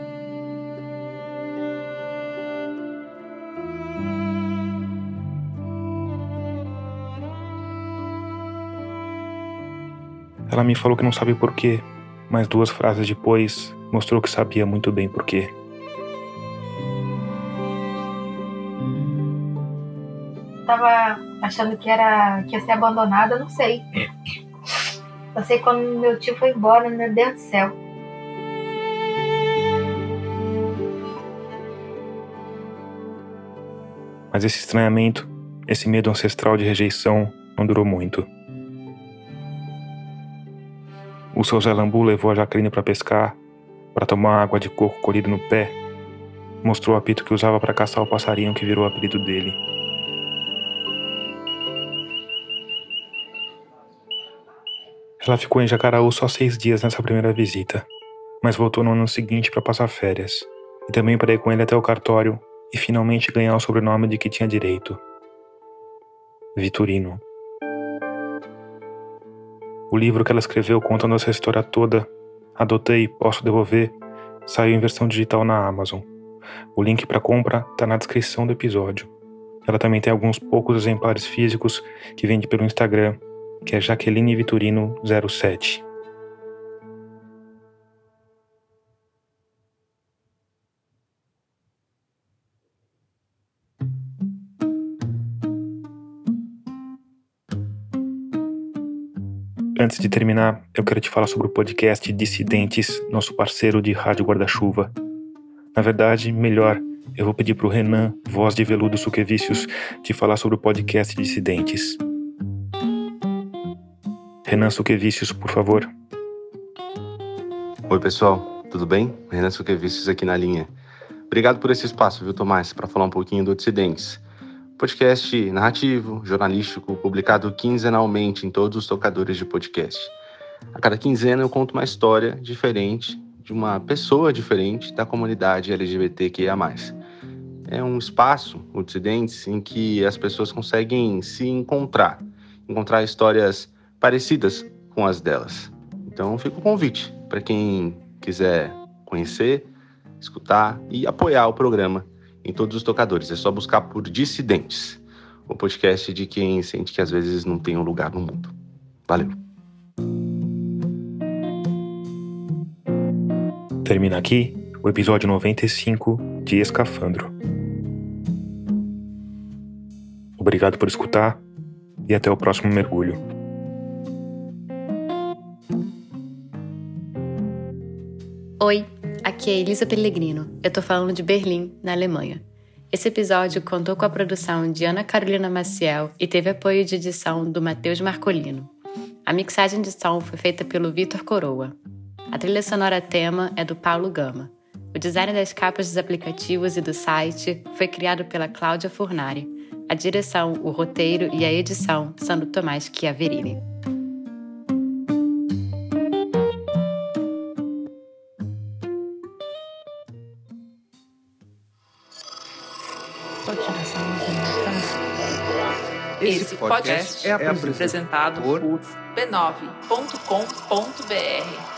Ela me falou que não sabe porquê, mas 2 frases depois mostrou que sabia muito bem porquê. Tava achando que ia ser abandonada, eu não sei. Eu sei quando meu tio foi embora, meu Deus do céu. Mas esse estranhamento, esse medo ancestral de rejeição, não durou muito. O seu Zé Lambu levou a Jaqueline para pescar, para tomar água de coco colhida no pé, mostrou o apito que usava para caçar o passarinho que virou o apelido dele. Ela ficou em Jacaraú só 6 dias nessa primeira visita, mas voltou no ano seguinte para passar férias, e também para ir com ele até o cartório e finalmente ganhar o sobrenome de que tinha direito. Vitorino. O livro que ela escreveu contando essa história toda, Adotei, Posso Devolver, saiu em versão digital na Amazon. O link para compra está na descrição do episódio. Ela também tem alguns poucos exemplares físicos que vende pelo Instagram, que é Jaqueline Vitorino 07. Antes de terminar, eu quero te falar sobre o podcast Dissidentes, nosso parceiro de Rádio Guarda-Chuva. Na verdade, melhor, eu vou pedir pro Renan, voz de Veludo Suquevicius, te falar sobre o podcast Dissidentes. Renan Suquevicius, por favor. Oi, pessoal, tudo bem? Renan Suquevicius aqui na linha. Obrigado por esse espaço, viu, Tomás, para falar um pouquinho do Dissidentes. Podcast narrativo, jornalístico, publicado quinzenalmente em todos os tocadores de podcast. A cada quinzena eu conto uma história diferente, de uma pessoa diferente da comunidade LGBTQIA+. É um espaço, o Dissidentes, em que as pessoas conseguem se encontrar histórias parecidas com as delas. Então fica o convite para quem quiser conhecer, escutar e apoiar o programa em todos os tocadores. É só buscar por Dissidentes, o podcast de quem sente que às vezes não tem um lugar no mundo. Valeu! Termina aqui o episódio 95 de Escafandro. Obrigado por escutar e até o próximo mergulho. Oi, aqui é Elisa Pellegrino. Eu tô falando de Berlim, na Alemanha. Esse episódio contou com a produção de Ana Carolina Maciel e teve apoio de edição do Matheus Marcolino. A mixagem de som foi feita pelo Vitor Coroa. A trilha sonora tema é do Paulo Gama. O design das capas dos aplicativos e do site foi criado pela Cláudia Furnari. A direção, o roteiro e a edição são do Tomás Chiaverini. Esse podcast é apresentado por b9.com.br.